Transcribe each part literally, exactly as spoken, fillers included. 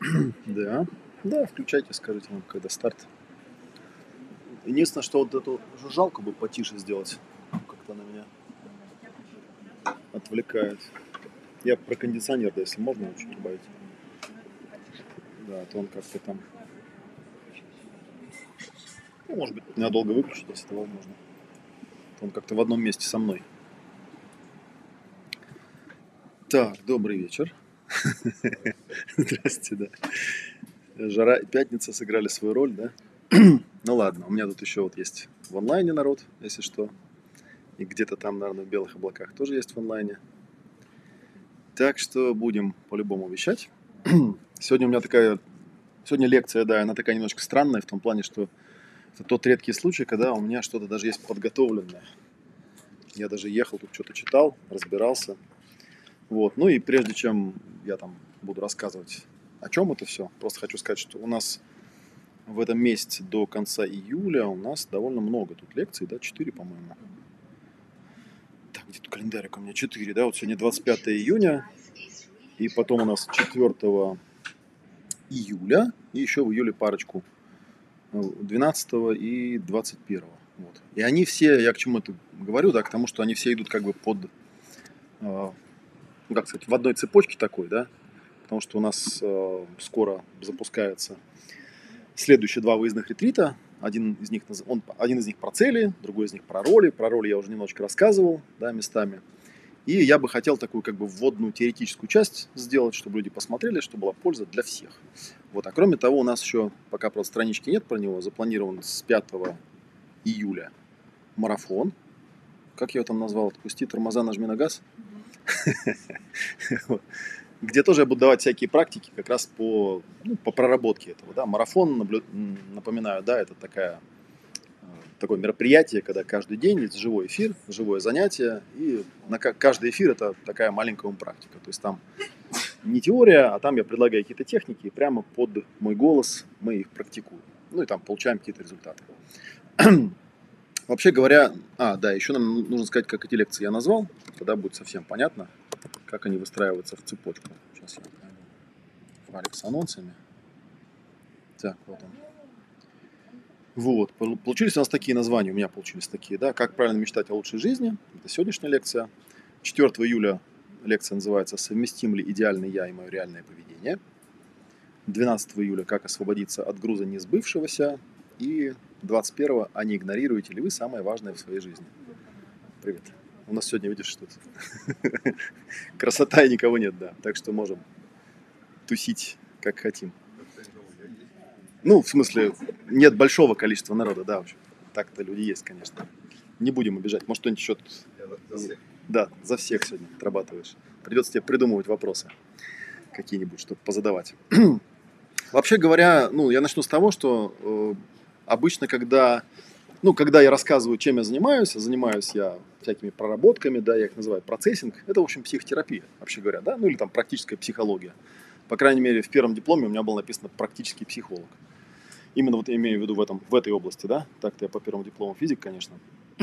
Да, да, включайте, скажите нам, когда старт. Единственное, что вот эту жужжалку бы потише сделать. Как-то она меня отвлекает. Я про кондиционер, да, если можно, его чуть убавить. Да, а то он как-то там... Ну, может быть, надолго выключить, если это возможно. Он как-то в одном месте со мной. Так, добрый вечер. Здрасте, да. Жара и пятница сыграли свою роль, да? Ну ладно, у меня тут еще вот есть в онлайне народ, если что. И где-то там, наверное, в белых облаках тоже есть в онлайне. Так что будем по-любому вещать. Сегодня у меня такая... Сегодня лекция, да, она такая немножко странная в том плане, что это тот редкий случай, когда у меня что-то даже есть подготовленное. Я даже ехал, тут что-то читал, разбирался. Вот. Ну и прежде чем я там буду рассказывать, о чем это все, просто хочу сказать, что у нас в этом месяце до конца июля у нас довольно много тут лекций, да, четыре, по-моему. Так, где-то календарик у меня четыре, да, вот сегодня двадцать пятое июня, и потом у нас четвёртого июля, и еще в июле парочку, двенадцатого и двадцать первого. Вот. И они все, я к чему это говорю, да, к тому, что они все идут как бы под, э, ну, как сказать, в одной цепочке такой, да, потому что у нас э, скоро запускается следующие два выездных ретрита. Один из них, он, один из них про цели, другой из них про роли. Про роли я уже немножечко рассказывал, да, местами. И я бы хотел такую как бы вводную теоретическую часть сделать, чтобы люди посмотрели, чтобы была польза для всех. Вот. А кроме того, у нас еще, пока просто странички нет про него, запланирован с пятого июля марафон. Как я его там назвал? Отпусти тормоза, нажми на газ. Где тоже я буду давать всякие практики как раз по, ну, по проработке этого. Да. Марафон, наблю... напоминаю, да, это такая, такое мероприятие, когда каждый день есть живой эфир, живое занятие, и на каждый эфир это такая маленькая практика. То есть там не теория, а там я предлагаю какие-то техники, и прямо под мой голос мы их практикуем. Ну и там получаем какие-то результаты. Вообще говоря, а, да, еще нам нужно сказать, как эти лекции я назвал, тогда будет совсем понятно, как они выстраиваются в цепочку. Сейчас я найду файлик с анонсами. Так, вот он. Вот, получились у нас такие названия, у меня получились такие, да, «Как правильно мечтать о лучшей жизни», это сегодняшняя лекция. четвёртого июля лекция называется «Совместим ли идеальный я и мое реальное поведение». двенадцатого июля «Как освободиться от груза несбывшегося». И двадцать первого «А не игнорируете ли вы самое важное в своей жизни». Привет. У нас сегодня, видишь, что-то красота и никого нет, да. Так что можем тусить, как хотим. Ну, в смысле, нет большого количества народа, да, в общем. Так-то люди есть, конечно. Не будем обижать. Может, кто-нибудь еще... За всех. Да, за всех сегодня отрабатываешь. Придется тебе придумывать вопросы какие-нибудь, чтобы позадавать. Вообще говоря, ну, я начну с того, что э, обычно, когда... Ну, когда я рассказываю, чем я занимаюсь, занимаюсь я всякими проработками, да, я их называю процессинг, это, в общем, психотерапия, вообще говоря, да, ну или там практическая психология. По крайней мере, в первом дипломе у меня было написано «практический психолог». Именно вот я имею в виду в, этом, в этой области, да, так-то я по первому диплому физик, конечно.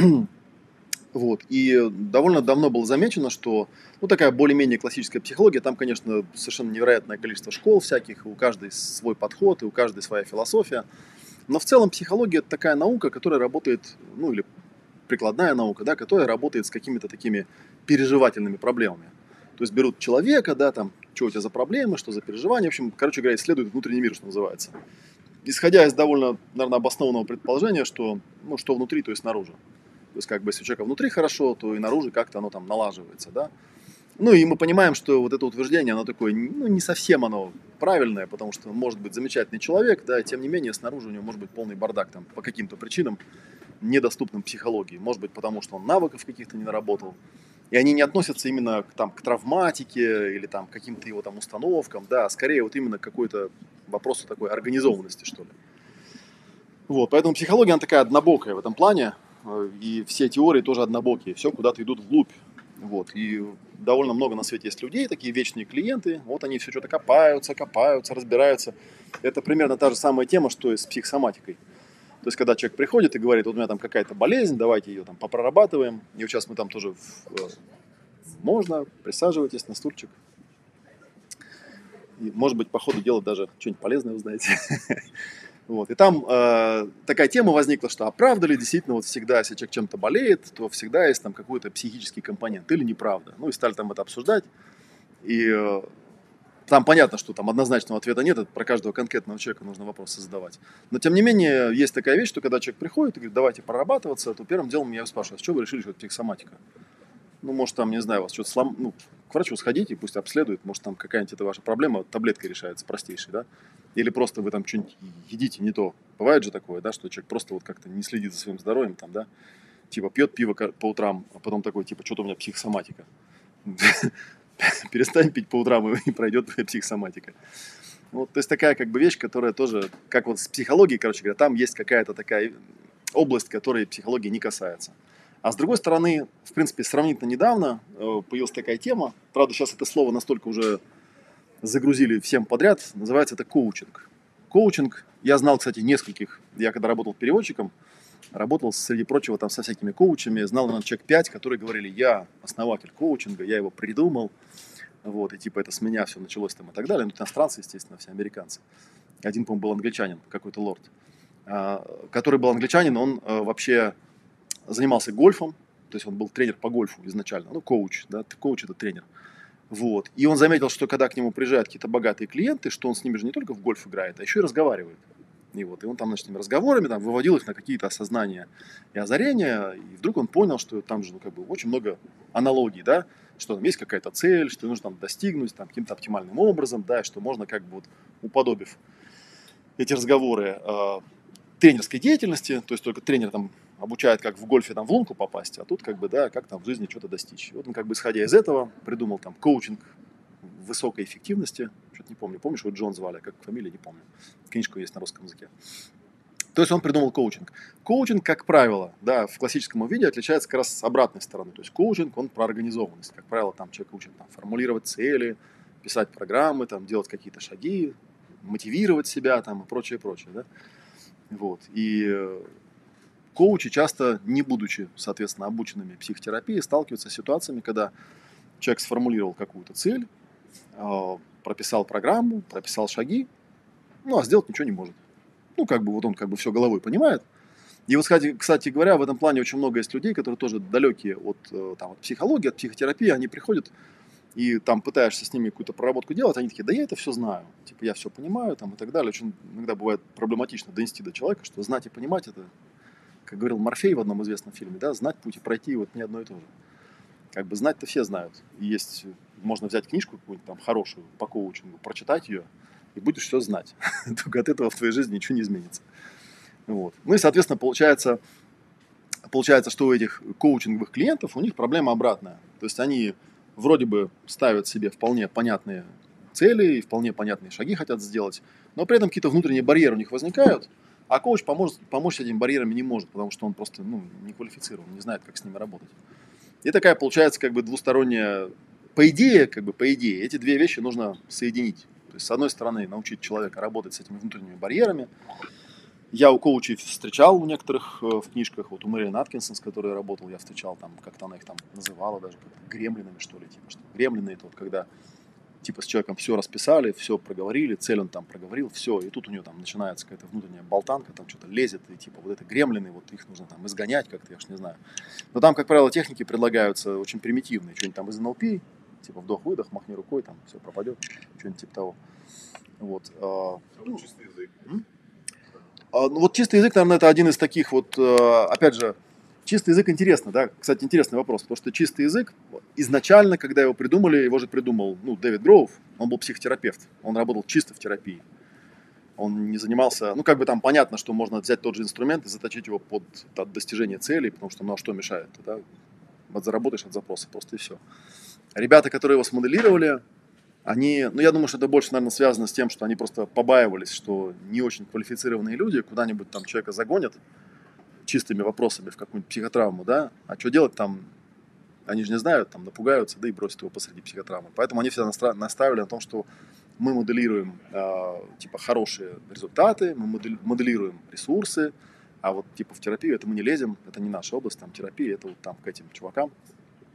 Вот, и довольно давно было замечено, что, ну, такая более-менее классическая психология, там, конечно, совершенно невероятное количество школ всяких, у каждой свой подход, и у каждой своя философия. Но в целом психология – это такая наука, которая работает, ну или прикладная наука, да, которая работает с какими-то такими переживательными проблемами. То есть берут человека, да, там, что у тебя за проблемы, что за переживания, в общем, короче говоря, исследуют внутренний мир, что называется. Исходя из довольно, наверное, обоснованного предположения, что, ну, что внутри, то и снаружи. То есть, как бы, если у человека внутри хорошо, то и наружу как-то оно там налаживается, да. Ну, и мы понимаем, что вот это утверждение, оно такое, ну, не совсем оно правильное, потому что может быть замечательный человек, да, и тем не менее снаружи у него может быть полный бардак там по каким-то причинам, недоступным психологии. Может быть, потому что он навыков каких-то не наработал. И они не относятся именно там, к травматике или там, к каким-то его там установкам, да, а скорее вот именно к какой-то вопросу такой организованности, что ли. Вот, поэтому психология, она такая однобокая в этом плане, и все теории тоже однобокие, все куда-то идут вглубь. Вот, и довольно много на свете есть людей, такие вечные клиенты, вот они все что-то копаются, копаются, разбираются. Это примерно та же самая тема, что и с психосоматикой. То есть, когда человек приходит и говорит, вот у меня там какая-то болезнь, давайте ее там попрорабатываем. И вот сейчас мы там тоже... В... Можно, присаживайтесь на стульчик. И, может быть, по ходу дела даже что-нибудь полезное узнаете. Вот. И там э, такая тема возникла, что а правда ли действительно вот всегда, если человек чем-то болеет, то всегда есть там какой-то психический компонент или неправда. Ну и стали там это обсуждать. И э, там понятно, что там однозначного ответа нет, это про каждого конкретного человека нужно вопросы задавать. Но тем не менее, есть такая вещь, что когда человек приходит и говорит, давайте прорабатываться, то первым делом я его спрашиваю, с чего вы решили, что это психосоматика? Ну, может, там, не знаю, у вас что-то слом... ну, к врачу сходите, пусть обследует, может, там какая-нибудь эта ваша проблема таблеткой решается, простейшей, да? Или просто вы там что-нибудь едите не то. Бывает же такое, да, что человек просто вот как-то не следит за своим здоровьем, там, да? Типа пьет пиво по утрам, а потом такой, типа, что-то у меня психосоматика. Перестань пить по утрам, и пройдет твоя психосоматика. Вот, то есть такая как бы вещь, которая тоже, как вот с психологией, короче говоря, там есть какая-то такая область, которой психологии не касается. А с другой стороны, в принципе, сравнительно недавно э, появилась такая тема, правда, сейчас это слово настолько уже загрузили всем подряд, называется это коучинг. Коучинг, я знал, кстати, нескольких, я когда работал переводчиком, работал, среди прочего, там со всякими коучами, знал, наверное, человек пять, которые говорили, я основатель коучинга, я его придумал, вот, и типа это с меня все началось там и так далее. Ну, иностранцы, естественно, все американцы. Один, по-моему, был англичанин, какой-то лорд, а, который был англичанин, он а, вообще занимался гольфом, то есть он был тренер по гольфу изначально, ну, коуч, да, коуч это тренер. Вот. И он заметил, что когда к нему приезжают какие-то богатые клиенты, что он с ними же не только в гольф играет, а еще и разговаривает. И, вот, и он там, значит, с ними разговорами там, выводил их на какие-то осознания и озарения, и вдруг он понял, что там же ну, как бы, очень много аналогий, да, что там есть какая-то цель, что нужно там, достигнуть там, каким-то оптимальным образом, да, и что можно, как бы, вот, уподобив эти разговоры э, тренерской деятельности, то есть только тренер там обучает, как в гольфе там в лунку попасть, а тут как бы, да, как там в жизни что-то достичь. И вот он как бы, исходя из этого, придумал там коучинг высокой эффективности, что-то не помню, помнишь, его Джон звали, как фамилия, не помню, книжка есть на русском языке. То есть он придумал коучинг. Коучинг, как правило, да, в классическом виде отличается как раз с обратной стороны. То есть коучинг, он про организованность. Как правило, там человек учит там, формулировать цели, писать программы, там, делать какие-то шаги, мотивировать себя там, и прочее, прочее. Да? Вот. И коучи часто, не будучи, соответственно, обученными психотерапией, сталкиваются с ситуациями, когда человек сформулировал какую-то цель, прописал программу, прописал шаги, ну, а сделать ничего не может. Ну, как бы вот он как бы все головой понимает. И вот, кстати говоря, в этом плане очень много есть людей, которые тоже далекие от, там, от психологии, от психотерапии. Они приходят и там пытаешься с ними какую-то проработку делать, они такие, да я это все знаю, типа я все понимаю там, и так далее. Очень иногда бывает проблематично донести до человека, что знать и понимать это, как говорил Морфей в одном известном фильме, да, знать путь и пройти вот не одно и то же. Как бы знать-то все знают. И есть, можно взять книжку какую-нибудь там хорошую по коучингу, прочитать ее, и будешь все знать. Только от этого в твоей жизни ничего не изменится. Вот. Ну и, соответственно, получается, получается, что у этих коучинговых клиентов у них проблема обратная. То есть они вроде бы ставят себе вполне понятные цели и вполне понятные шаги хотят сделать, но при этом какие-то внутренние барьеры у них возникают, а коуч поможет, помочь с этими барьерами не может, потому что он просто ну, не квалифицирован, не знает, как с ними работать. И такая получается как бы двусторонняя, по идее, как бы по идее, эти две вещи нужно соединить. То есть, с одной стороны, научить человека работать с этими внутренними барьерами. Я у коучей встречал у некоторых в книжках, вот у Мэриан Аткинсон, с которой я работал, я встречал там, как-то она их там называла даже, гремлинами, что ли, типа, что гремлины, это вот когда типа с человеком все расписали, все проговорили, цель он там проговорил, все, и тут у нее там начинается какая-то внутренняя болтанка, там что-то лезет, и типа вот это гремлины, вот их нужно там изгонять как-то, я уж не знаю. Но там, как правило, техники предлагаются очень примитивные, что-нибудь там из эн эл пи, типа вдох-выдох, махни рукой, там все пропадет, что-нибудь типа того. Вот. Ну, чистый язык. А, ну, вот чистый язык, наверное, это один из таких вот, опять же, чистый язык интересно, да, кстати, интересный вопрос, потому что чистый язык, изначально, когда его придумали, его же придумал, ну, Дэвид Гроув, он был психотерапевт, он работал чисто в терапии, он не занимался, ну, как бы там понятно, что можно взять тот же инструмент и заточить его под, под достижение целей, потому что, ну, а что мешает, да, вот заработаешь от запроса, просто и все. Ребята, которые его смоделировали, они, ну, я думаю, что это больше, наверное, связано с тем, что они просто побаивались, что не очень квалифицированные люди куда-нибудь там человека загонят чистыми вопросами в какую-нибудь психотравму, да, а что делать там, они же не знают, там напугаются, да и бросят его посреди психотравмы. Поэтому они всегда настра- настаивали на том, что мы моделируем э, типа хорошие результаты, мы модель- моделируем ресурсы, а вот типа в терапию это мы не лезем, это не наша область, там терапия, это вот там к этим чувакам.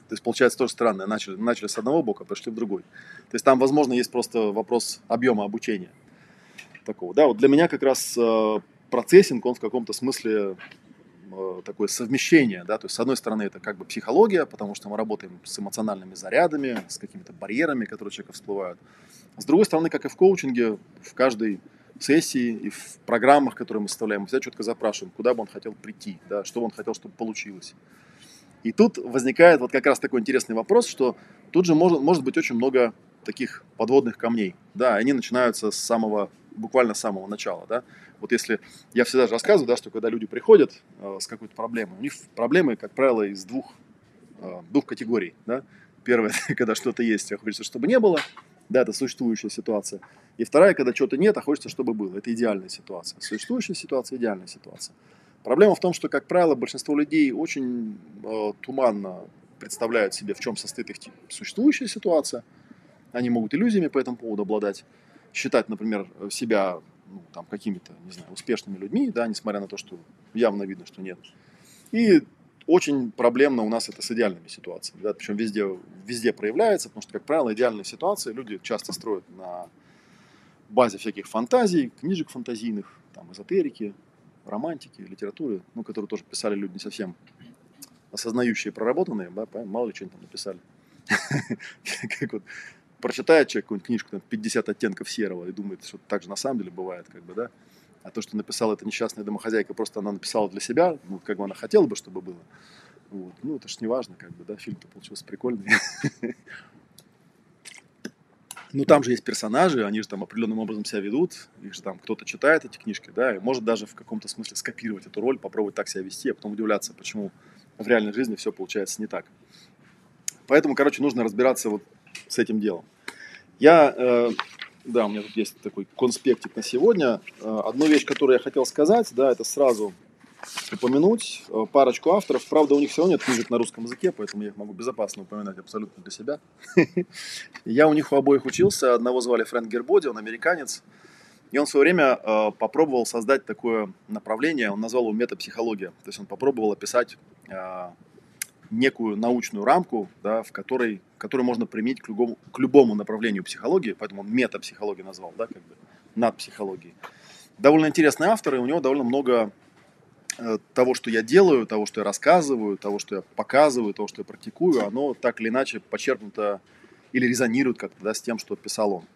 То есть, получается, тоже странно. Начали, начали с одного бока, пошли в другой. То есть, там, возможно, есть просто вопрос объема обучения такого. Да, вот для меня как раз э, процессинг, он в каком-то смысле э, такое совмещение. Да? То есть, с одной стороны, это как бы психология, потому что мы работаем с эмоциональными зарядами, с какими-то барьерами, которые у человека всплывают. С другой стороны, как и в коучинге, в каждой сессии и в программах, которые мы составляем, мы всегда четко запрашиваем, куда бы он хотел прийти, да, что бы он хотел, чтобы получилось. И тут возникает вот как раз такой интересный вопрос, что тут же может, может быть очень много таких подводных камней, да, они начинаются с самого, буквально с самого начала, да. Вот если, я всегда же рассказываю, да, что когда люди приходят э, с какой-то проблемой, у них проблемы, как правило, из двух, э, двух категорий, да. Первое, когда что-то есть, а хочется, чтобы не было, да, это существующая ситуация. И вторая, когда чего-то нет, а хочется, чтобы было. Это идеальная ситуация. Существующая ситуация, идеальная ситуация. Проблема в том, что, как правило, большинство людей очень э, туманно представляют себе, в чем состоит их существующая ситуация. Они могут иллюзиями по этому поводу обладать. Считать, например, себя ну, там, какими-то, не знаю, успешными людьми, да, несмотря на то, что явно видно, что нет. И очень проблемно у нас это с идеальными ситуациями. Да? Причем везде, везде проявляется, потому что, как правило, идеальные ситуации люди часто строят на базе всяких фантазий, книжек фантазийных, там, эзотерики, романтики, литературы, ну, которые тоже писали люди не совсем осознающие, проработанные, да, мало ли что-нибудь там написали. Как вот прочитает человек какую-нибудь книжку, там, пятьдесят оттенков серого, и думает, что так же на самом деле бывает, как бы, да. А то, что написала эта несчастная домохозяйка, просто она написала для себя, ну, как бы она хотела бы, чтобы было. Вот. Ну, это ж не важно, как бы, да, фильм-то получился прикольный. Ну, там же есть персонажи, они же там определенным образом себя ведут, их же там кто-то читает эти книжки, да, и может даже в каком-то смысле скопировать эту роль, попробовать так себя вести, а потом удивляться, почему в реальной жизни все получается не так. Поэтому, короче, нужно разбираться вот с этим делом. Я, э, да, у меня тут есть такой конспектик на сегодня. Э, одну вещь, которую я хотел сказать, да, это сразу упомянуть э, парочку авторов. Правда, у них все равно нет книжек на русском языке, поэтому я их могу безопасно упоминать абсолютно для себя. Я у них у обоих учился. Одного звали Фрэнк Гербоди, он американец. И он в свое время э, попробовал создать такое направление, он назвал его метапсихология. То есть он попробовал описать э, некую научную рамку, да, в которой, которую можно применить к любому, к любому направлению психологии, поэтому он метапсихологию назвал, да, как бы над психологией. Довольно интересный автор, и у него довольно много э, того, что я делаю, того, что я рассказываю, того, что я показываю, того, что я практикую, оно так или иначе почерпнуто или резонирует как-то, да, с тем, что писал он.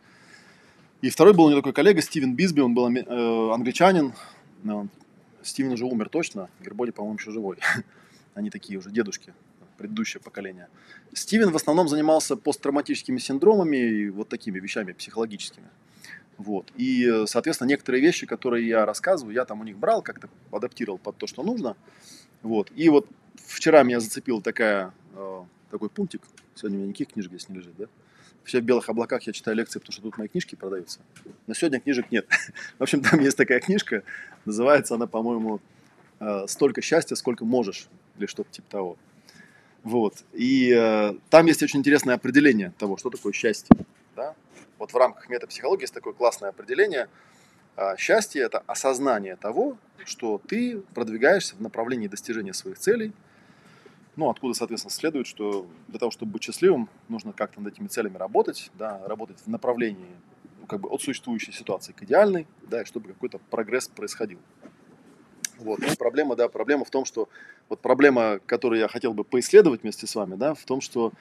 И второй был у него такой коллега Стивен Бисби, он был э, англичанин. Но Стивен уже умер точно, Гербоди, по-моему, еще живой. Они такие уже дедушки, предыдущее поколение. Стивен в основном занимался посттравматическими синдромами и вот такими вещами психологическими. Вот. И, соответственно, некоторые вещи, которые я рассказываю, я там у них брал, как-то адаптировал под то, что нужно. Вот. И вот вчера меня зацепил такая, э, такой пунктик. Сегодня у меня никаких книжек здесь не лежит, да? Все в белых облаках, я читаю лекции, потому что тут мои книжки продаются. Но сегодня книжек нет. В общем, там есть такая книжка, называется она, по-моему, «Столько счастья, сколько можешь», или что-то типа того. Вот. И э, там есть очень интересное определение того, что такое счастье. Да? Вот в рамках метапсихологии есть такое классное определение. Э, счастье – это осознание того, что ты продвигаешься в направлении достижения своих целей. Ну, откуда, соответственно, следует, что для того, чтобы быть счастливым, нужно как-то над этими целями работать, да, работать в направлении, ну, как бы от существующей ситуации к идеальной, да, и чтобы какой-то прогресс происходил. Вот. Ну, проблема, да, проблема в том, что вот проблема, которую я хотел бы поисследовать вместе с вами, да, в том, что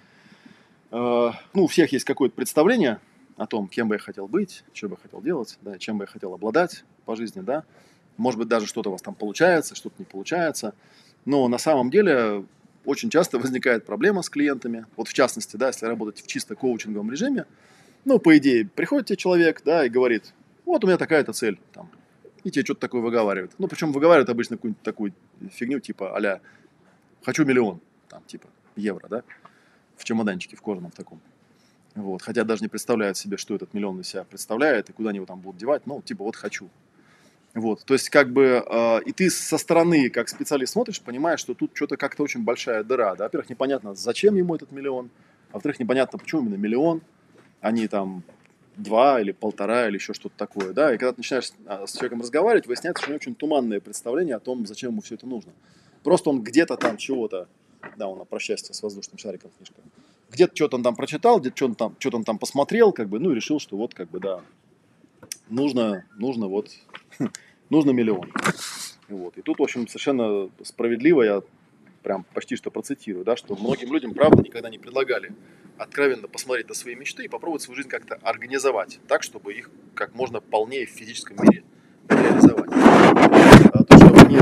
э, ну, у всех есть какое-то представление о том, кем бы я хотел быть, что бы я хотел делать, да, чем бы я хотел обладать по жизни, да. Может быть, даже что-то у вас там получается, что-то не получается. Но на самом деле очень часто возникает проблема с клиентами. Вот в частности, да, если работать в чисто коучинговом режиме, ну, по идее, приходит тебе человек, да, и говорит, вот у меня такая-то цель, там, и тебе что-то такое выговаривает. Ну, причем выговаривает обычно какую-нибудь такую фигню, типа а-ля «хочу миллион», там, типа, евро, да, в чемоданчике, в кожаном таком. Вот, хотя даже не представляют себе, что этот миллион из себя представляет и куда они его там будут девать, ну, типа, вот хочу. Вот, то есть, как бы, э, и ты со стороны, как специалист, смотришь, понимаешь, что тут что-то как-то очень большая дыра, да, во-первых, непонятно, зачем ему этот миллион, а во-вторых, непонятно, почему именно миллион, а не там два или полтора или еще что-то такое, да, и когда ты начинаешь с человеком разговаривать, выясняется, что у него очень туманное представление о том, зачем ему все это нужно. Просто он где-то там чего-то Да, он про счастье с воздушным шариком книжка. Где-то что-то он там прочитал, где-то что-то там, что-то он там посмотрел, как бы, ну и решил, что вот, как бы, да, нужно, нужно вот, нужно миллион. Вот. И тут, в общем, совершенно справедливо я прям почти что процитирую, да, что многим людям, правда, никогда не предлагали откровенно посмотреть на свои мечты и попробовать свою жизнь как-то организовать так, чтобы их как можно полнее в физическом мире реализовать. А то, что они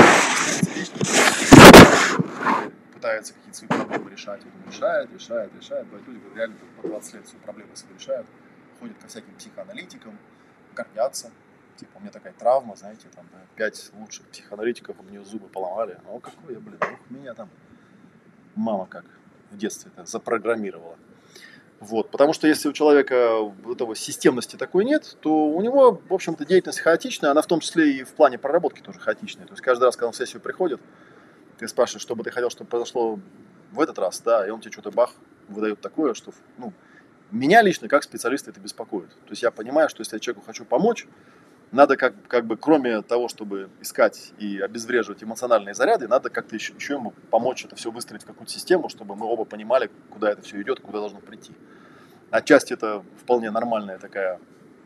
пытаются какие-то свои проблемы решать, он решает, решает, решает. Бывают люди, которые реально по двадцать лет свои проблемы свои решают, ходят ко всяким психоаналитикам, гордятся. Типа, у меня такая травма, знаете, там, да, пять лучших психоаналитиков, у меня зубы поломали. Ну, какой я, блин, ух, меня там мама как в детстве это запрограммировала. Вот, потому что если у человека этого системности такой нет, то у него, в общем-то, деятельность хаотичная, она в том числе и в плане проработки тоже хаотичная. То есть каждый раз, когда он в сессию приходит, ты спрашиваешь, что бы ты хотел, чтобы произошло в этот раз, да, и он тебе что-то бах выдает такое, что, ну, меня лично как специалиста это беспокоит. То есть я понимаю, что если я человеку хочу помочь, надо как, как бы, кроме того, чтобы искать и обезвреживать эмоциональные заряды, надо как-то еще, еще ему помочь это все выстроить в какую-то систему, чтобы мы оба понимали, куда это все идет, куда должно прийти. Отчасти это вполне нормальная такая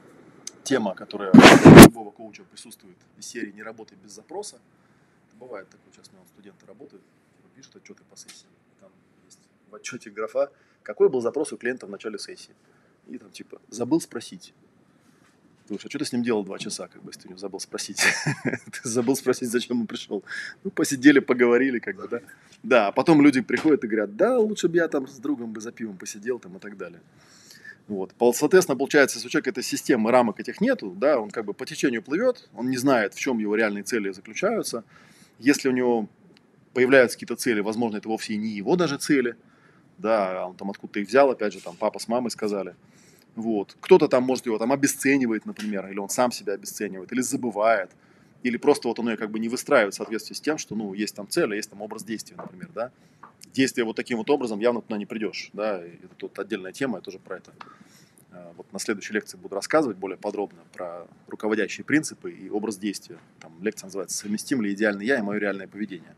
тема, которая у любого коуча присутствует из серии «Не работай без запроса». Бывает такое, сейчас у меня студенты работают, пишут отчеты по сессии. Там есть в отчете графа, какой был запрос у клиента в начале сессии. И там типа «забыл спросить». Слушай, а что ты с ним делал два часа, как бы, если ты у него забыл спросить? Ты забыл спросить, зачем он пришел. Ну, посидели, поговорили, как бы, да. Да, а потом люди приходят и говорят, да, лучше бы я там с другом бы за пивом посидел там и так далее. Вот. Соответственно, получается, если у человека этой системы, рамок этих нету, да, он как бы по течению плывет, он не знает, в чем его реальные цели заключаются. Если у него появляются какие-то цели, возможно, это вовсе и не его даже цели, да, он там откуда-то их взял, опять же, там папа с мамой сказали. Вот. Кто-то там, может, его там обесценивает, например, или он сам себя обесценивает, или забывает, или просто вот он ее как бы не выстраивает в соответствии с тем, что, ну, есть там цель, а есть там образ действия, например, да. Действие вот таким вот образом явно туда не придешь, да, и это тут отдельная тема, я тоже про это вот на следующей лекции буду рассказывать более подробно про руководящие принципы и образ действия. Там лекция называется «Совместим ли идеальный я и мое реальное поведение».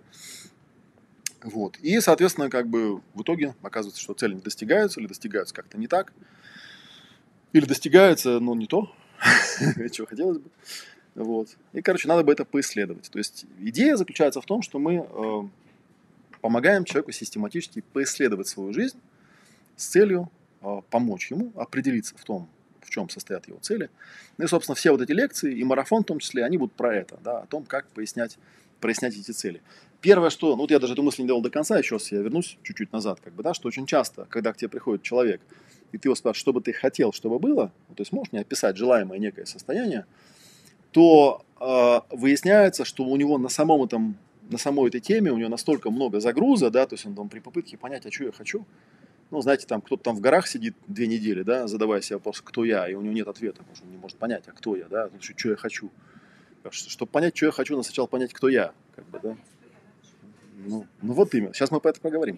Вот. И, соответственно, как бы в итоге оказывается, что цели не достигаются, или достигаются как-то не так, или достигаются, но не то, чего хотелось бы. Вот. И, короче, надо бы это поисследовать. То есть идея заключается в том, что мы э, помогаем человеку систематически поисследовать свою жизнь с целью э, помочь ему определиться в том, в чем состоят его цели. Ну и, собственно, все вот эти лекции и марафон в том числе, они будут про это, да, о том, как пояснять, прояснять эти цели. Первое, что, ну вот я даже эту мысль не делал до конца, еще раз я вернусь чуть-чуть назад, как бы, да, что очень часто, когда к тебе приходит человек, и ты его спрашиваешь, что бы ты хотел, чтобы было, ну, то есть можешь мне описать желаемое некое состояние, то э, выясняется, что у него на самом этом, на самой этой теме у него настолько много загруза, да, то есть он там при попытке понять, а что я хочу, ну, знаете, там кто-то там в горах сидит две недели, да, задавая себе вопрос, кто я, и у него нет ответа, потому что он не может понять, а кто я, да, что, что я хочу. Чтобы понять, что я хочу, надо сначала понять, кто я, как бы, да. Ну, ну вот именно. Сейчас мы по этому поговорим.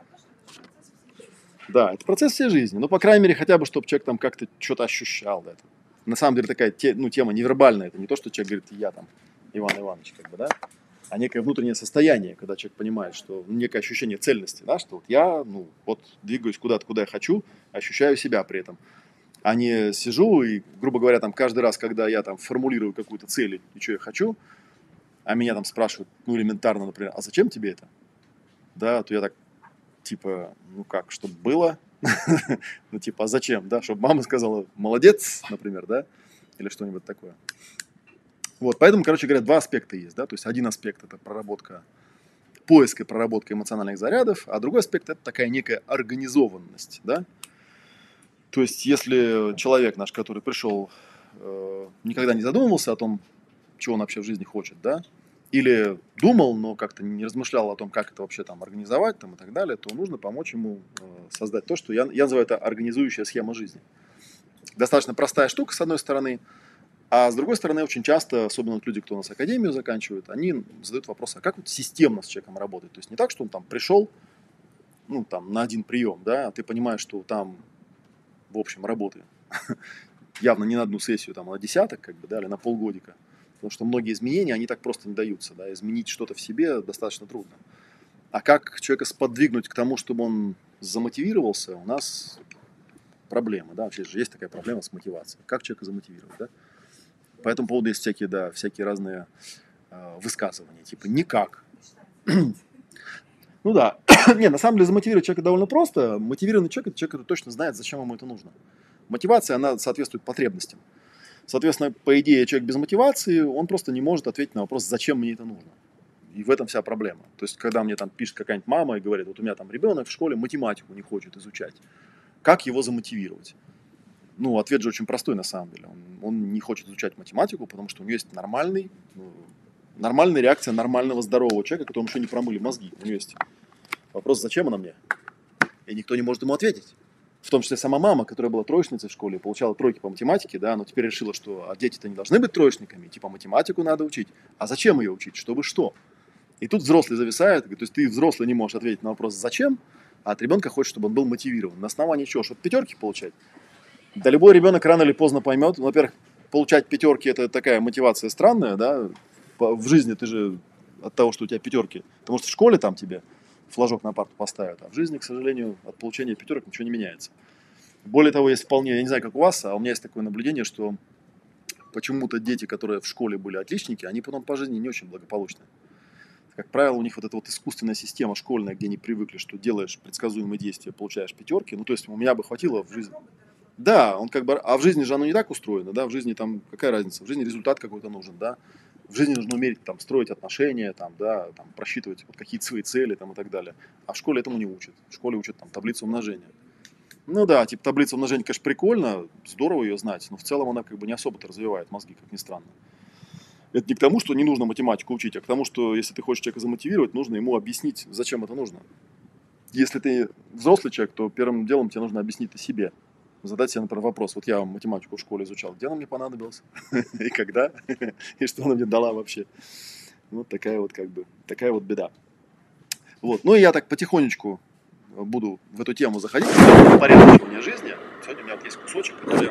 Да, это процесс всей жизни. Ну, по крайней мере, хотя бы, чтобы человек там как-то что-то ощущал. Да. На самом деле такая те, ну, тема невербальная. Это не то, что человек говорит, я там, Иван Иванович, как бы, да, а некое внутреннее состояние, когда человек понимает, что ну, некое ощущение цельности, да, что вот я, ну, вот двигаюсь куда-то, куда я хочу, ощущаю себя при этом. А не сижу и, грубо говоря, там каждый раз, когда я там формулирую какую-то цель и что я хочу, а меня там спрашивают, ну, элементарно, например, а зачем тебе это? Да, то я так, типа, ну как, чтобы было? Ну, типа, а зачем, да? Чтобы мама сказала, молодец, например, да? Или что-нибудь такое. Вот, поэтому, короче говоря, два аспекта есть, да? То есть один аспект – это проработка, поиск и проработка эмоциональных зарядов, а другой аспект – это такая некая организованность, да? То есть если человек наш, который пришел, э, никогда не задумывался о том, чего он вообще в жизни хочет, да, или думал, но как-то не размышлял о том, как это вообще там организовать там, и так далее, то нужно помочь ему э, создать то, что я, я называю это организующая схема жизни. Достаточно простая штука, с одной стороны, а с другой стороны, очень часто, особенно вот люди, кто у нас академию заканчивают, они задают вопрос, а как вот системно с человеком работать? То есть не так, что он там пришел, ну, там, на один прием, да, а ты понимаешь, что там, в общем, работы явно не на одну сессию, там, а на десяток, как бы, да, или на полгодика. Потому что многие изменения, они так просто не даются. Да? Изменить что-то в себе достаточно трудно. А как человека сподвигнуть к тому, чтобы он замотивировался, у нас проблема, да, вообще же есть такая проблема с мотивацией. Как человека замотивировать, да? По этому поводу есть всякие, да, всякие разные э, высказывания, типа «никак». Ну да, не, на самом деле замотивировать человека довольно просто. Мотивированный человек – это человек, который точно знает, зачем ему это нужно. Мотивация, она соответствует потребностям. Соответственно, по идее, человек без мотивации, он просто не может ответить на вопрос, зачем мне это нужно. И в этом вся проблема. То есть, когда мне там пишет какая-нибудь мама и говорит, вот у меня там ребенок в школе математику не хочет изучать, как его замотивировать? Ну, ответ же очень простой на самом деле. Он, он не хочет изучать математику, потому что у него есть нормальный, ну, нормальная реакция нормального здорового человека, которому еще не промыли мозги. У него есть вопрос, зачем она мне? И никто не может ему ответить. В том числе сама мама, которая была троечницей в школе, получала тройки по математике, да, но теперь решила, что а дети-то не должны быть троечниками, типа математику надо учить. А зачем ее учить? Чтобы что? И тут взрослый зависает, то есть ты, взрослый, не можешь ответить на вопрос «зачем?», а от ребенка хочешь, чтобы он был мотивирован. На основании чего? Чтобы пятерки получать? Да любой ребенок рано или поздно поймет. Ну, во-первых, получать пятерки – это такая мотивация странная, да. В жизни ты же от того, что у тебя пятерки, потому что в школе там тебе флажок на парту поставят, а в жизни, к сожалению, от получения пятерок ничего не меняется. Более того, есть вполне, я не знаю, как у вас, а у меня есть такое наблюдение, что почему-то дети, которые в школе были отличники, они потом по жизни не очень благополучны. Как правило, у них вот эта вот искусственная система школьная, где они привыкли, что делаешь предсказуемые действия, получаешь пятерки. Ну, то есть у меня бы хватило в жизни. Да, он как бы, а в жизни же оно не так устроено, да, в жизни там какая разница, в жизни результат какой-то нужен, да, в жизни нужно уметь там строить отношения, там, да, там просчитывать вот какие-то свои цели там и так далее. А в школе этому не учат, в школе учат там таблицу умножения. Ну да, типа таблица умножения, конечно, прикольно, здорово ее знать, но в целом она как бы не особо-то развивает мозги, как ни странно. Это не к тому, что не нужно математику учить, а к тому, что если ты хочешь человека замотивировать, нужно ему объяснить, зачем это нужно. Если ты взрослый человек, то первым делом тебе нужно объяснить это себе. Задать себе, например, вопрос. Вот я математику в школе изучал. Где она мне понадобилась? И когда? И что она мне дала вообще? Вот такая вот как бы, такая вот беда. Вот. Ну и я так потихонечку буду в эту тему заходить. Упорядочивание жизни. Сегодня у меня вот есть кусочек, который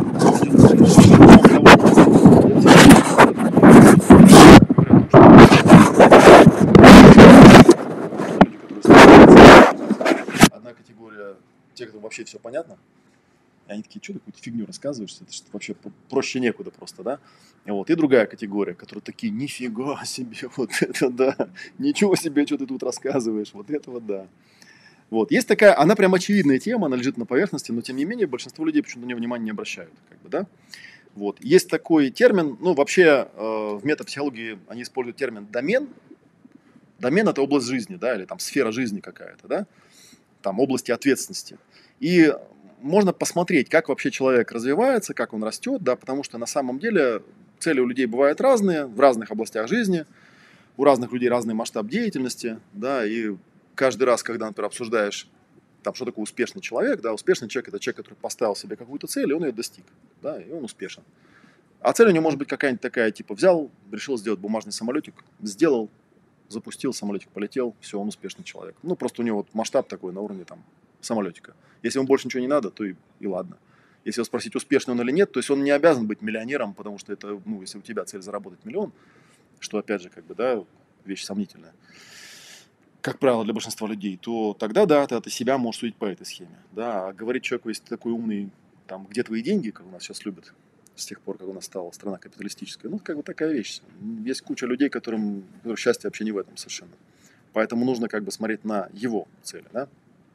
одна категория, те, кто вообще все понятно, и они такие, что ты какую-то фигню рассказываешь, это что вообще проще некуда просто, да? Вот. И другая категория, которые такие, нифига себе, вот это да, ничего себе, что ты тут рассказываешь, вот это вот да. Вот. Есть такая, она прям очевидная тема, она лежит на поверхности, но тем не менее большинство людей почему-то на нее внимания не обращают, как бы, да? Вот. Есть такой термин, ну вообще э, в метапсихологии они используют термин домен. Домен – это область жизни, да, или там сфера жизни какая-то, да, там области ответственности. И можно посмотреть, как вообще человек развивается, как он растет, да, потому что на самом деле цели у людей бывают разные, в разных областях жизни, у разных людей разный масштаб деятельности, да, и каждый раз, когда, например, обсуждаешь, там, что такое успешный человек, да, успешный человек – это человек, который поставил себе какую-то цель, и он ее достиг, да, и он успешен. А цель у него может быть какая-нибудь такая, типа, взял, решил сделать бумажный самолетик, сделал, запустил, самолетик полетел, все, он успешный человек. Ну, просто у него вот масштаб такой на уровне там самолетика. Если ему больше ничего не надо, то и, и ладно. Если его спросить, успешный он или нет, то есть он не обязан быть миллионером, потому что это, ну, если у тебя цель заработать миллион, что, опять же, как бы, да, вещь сомнительная, как правило, для большинства людей, то тогда, да, ты, ты себя можешь судить по этой схеме. Да, а говорить человеку, если ты такой умный, там, где твои деньги, как у нас сейчас любят, с тех пор, как у нас стала страна капиталистическая, ну, как бы такая вещь. Есть куча людей, которым которым счастье вообще не в этом совершенно. Поэтому нужно как бы смотреть на его цели, да.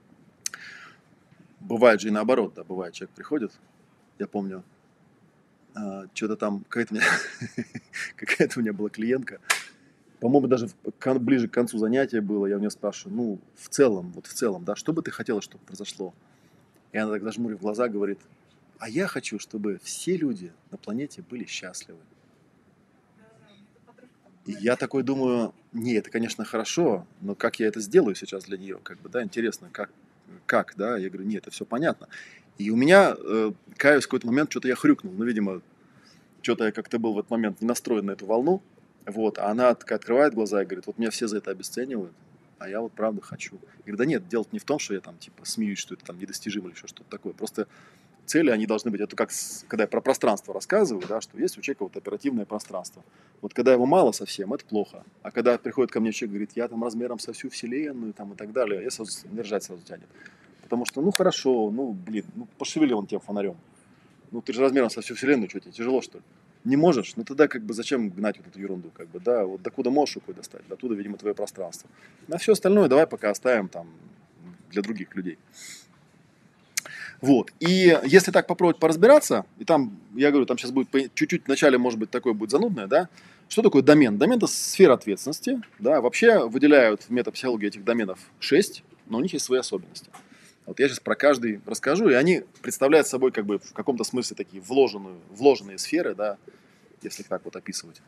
Бывает же и наоборот, да, бывает, человек приходит, я помню, а, что-то там, какая-то у меня, какая-то у меня была клиентка, по-моему, даже в, ближе к концу занятия было, я у нее спрашиваю, ну, в целом, вот в целом, да, что бы ты хотела, чтобы произошло? И она так зажмурив глаза говорит, а я хочу, чтобы все люди на планете были счастливы. И я такой думаю, не, это, конечно, хорошо, но как я это сделаю сейчас для нее, как бы, да, интересно, как, как, да, я говорю, нет, это все понятно. И у меня, э, каюсь, в какой-то момент что-то я хрюкнул, ну, видимо, что-то я как-то был в этот момент не настроен на эту волну, вот, а она такая открывает глаза и говорит, вот меня все за это обесценивают, а я вот правда хочу. Я говорю, да нет, дело не в том, что я там, типа, смеюсь, что это там недостижимо или еще что-то такое, просто цели, они должны быть, это как, с, когда я про пространство рассказываю, да, что есть у человека вот оперативное пространство. Вот когда его мало совсем, это плохо. А когда приходит ко мне человек, говорит, я там размером со всю вселенную там, и так далее, я сразу, не ржать сразу тянет. Потому что, ну хорошо, ну блин, ну пошевели он тем фонарем. Ну ты же размером со всю вселенную, что тебе, тяжело что ли? Не можешь? Ну тогда как бы зачем гнать вот эту ерунду, как бы, да, вот докуда можешь рукой достать, до туда, видимо, твое пространство. А все остальное давай пока оставим там для других людей. Вот. И если так попробовать поразбираться, и там, я говорю, там сейчас будет чуть-чуть вначале, может быть, такое будет занудное, да, что такое домен? Домен – это сфера ответственности, да, вообще выделяют в метапсихологии этих доменов шесть, но у них есть свои особенности. Вот я сейчас про каждый расскажу, и они представляют собой как бы в каком-то смысле такие вложенные, вложенные сферы, да, если так вот описывать.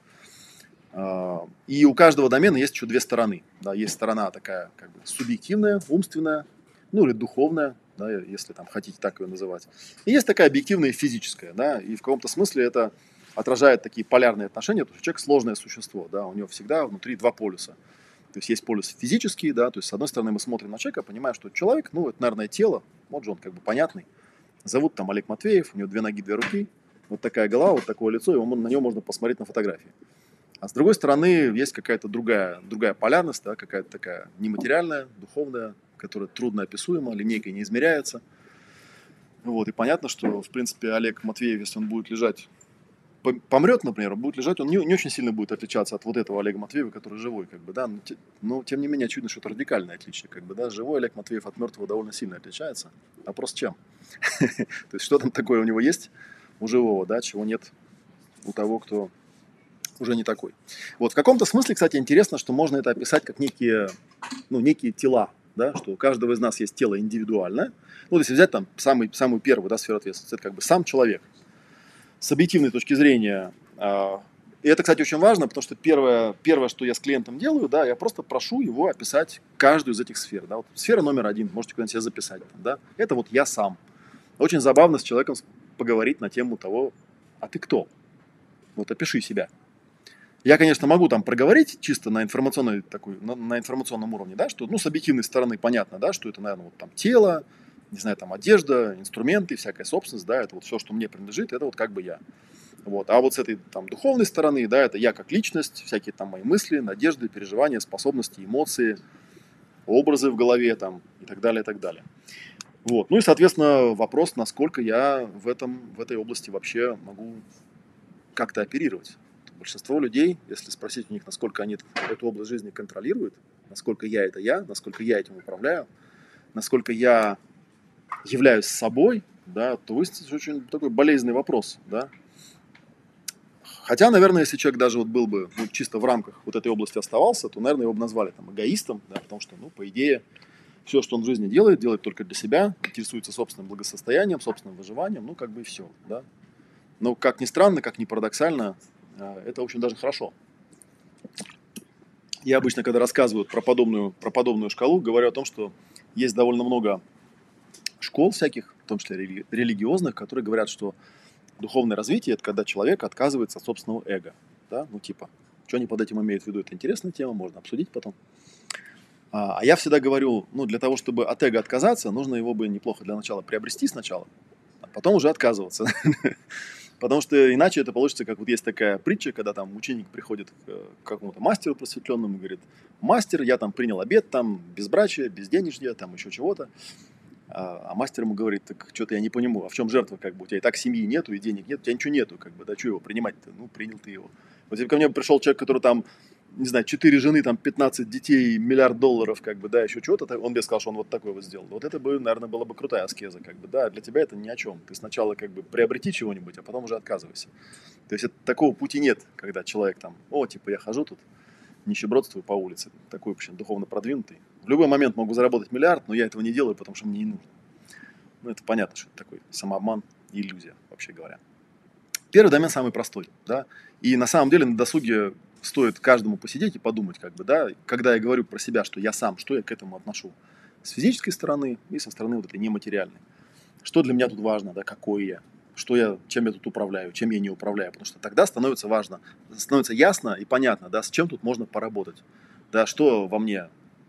И у каждого домена есть еще две стороны. Да, есть сторона такая как бы субъективная, умственная, ну или духовная, да, если там хотите так ее называть. И есть такая объективная и физическая, да, и в каком-то смысле это отражает такие полярные отношения, потому что человек сложное существо, да, у него всегда внутри два полюса. То есть есть полюс физический, да, то есть с одной стороны мы смотрим на человека, понимаем, что человек, ну это, наверное, тело, вот же он как бы понятный. Зовут там Олег Матвеев, у него две ноги, две руки, вот такая голова, вот такое лицо, и на него можно посмотреть на фотографии. А с другой стороны есть какая-то другая, другая полярность, да, какая-то такая нематериальная, духовная, которая трудно описуема, линейкой не измеряется. Вот, и понятно, что, в принципе, Олег Матвеев, если он будет лежать, помрет, например, будет лежать, он не, не очень сильно будет отличаться от вот этого Олега Матвеева, который живой, как бы, да, но, но тем не менее очевидно, что это радикальное отличие, как бы, да, живой Олег Матвеев от мертвого довольно сильно отличается. Вопрос чем? То есть что там такое у него есть у живого, да, чего нет у того, кто уже не такой. Вот в каком-то смысле, кстати, интересно, что можно это описать как некие, ну, некие тела, да, что у каждого из нас есть тело индивидуальное. Ну, если взять там самый, самую первую, да, сферу ответственности, это как бы сам человек. С объективной точки зрения, э, и это, кстати, очень важно, потому что первое, первое, что я с клиентом делаю, да, я просто прошу его описать каждую из этих сфер. Да. Вот сфера номер один, можете куда-нибудь себе записать. Да, это вот я сам. Очень забавно с человеком поговорить на тему того, а ты кто? Вот опиши себя. Я, конечно, могу там проговорить чисто на информационной такой, на, на информационном уровне, да, что, ну, с объективной стороны понятно, да, что это, наверное, вот там тело, не знаю, там одежда, инструменты, всякая собственность, да, это вот все, что мне принадлежит, это вот как бы я. Вот. А вот с этой там духовной стороны, да, это я как личность, всякие там мои мысли, надежды, переживания, способности, эмоции, образы в голове там и так далее, и так далее. Вот. Ну и, соответственно, вопрос, насколько я в, этом, в этой области вообще могу как-то оперировать. Большинство людей, если спросить у них, насколько они эту область жизни контролируют, насколько я это я, насколько я этим управляю, насколько я являюсь собой, да, то выяснится очень такой болезненный вопрос, да. Хотя, наверное, если человек даже вот был бы ну, чисто в рамках вот этой области оставался, то, наверное, его бы назвали там эгоистом, да, потому что, ну, по идее, все, что он в жизни делает, делает только для себя, интересуется собственным благосостоянием, собственным выживанием, ну, как бы и все, да. Но, как ни странно, как ни парадоксально, это, в общем, даже хорошо. Я обычно, когда рассказываю про подобную, про подобную шкалу, говорю о том, что есть довольно много школ всяких, в том числе рели- религиозных, которые говорят, что духовное развитие – это когда человек отказывается от собственного эго. Да? Ну, типа, что они под этим имеют в виду, это интересная тема, можно обсудить потом. А, а я всегда говорю, ну, для того, чтобы от эго отказаться, нужно его бы неплохо для начала приобрести сначала, а потом уже отказываться. Потому что иначе это получится, как вот есть такая притча, когда там ученик приходит к какому-то мастеру просветленному и говорит: мастер, я там принял обет, там безбрачие, безденежье, там еще чего-то. А, а мастер ему говорит: так что-то я не понимаю, а в чем жертва, как бы у тебя и так семьи нету, и денег нет, у тебя ничего нету, как бы, да, что его принимать-то? Ну, принял ты его. Вот если ко мне пришел человек, который там, не знаю, четыре жены, там пятнадцать детей, миллиард долларов, как бы, да, еще чего-то, он мне сказал, что он вот такой вот сделал. Вот это бы, наверное, была бы крутая аскеза, как бы, да, для тебя это ни о чем. Ты сначала, как бы, приобрети чего-нибудь, а потом уже отказывайся. То есть это, такого пути нет, когда человек там, о, типа, я хожу тут, нищебродствую по улице, такой, в общем, духовно продвинутый. В любой момент могу заработать миллиард, но я этого не делаю, потому что мне не нужно. Ну, это понятно, что это такой самообман и иллюзия, вообще говоря. Первый домен самый простой, да, и на самом деле на досуге стоит каждому посидеть и подумать, как бы, да, когда я говорю про себя, что я сам, что я к этому отношу с физической стороны и со стороны вот этой нематериальной. Что для меня тут важно, да, какой я, что я, чем я тут управляю, чем я не управляю, потому что тогда становится важно, становится ясно и понятно, да, с чем тут можно поработать, да, что во мне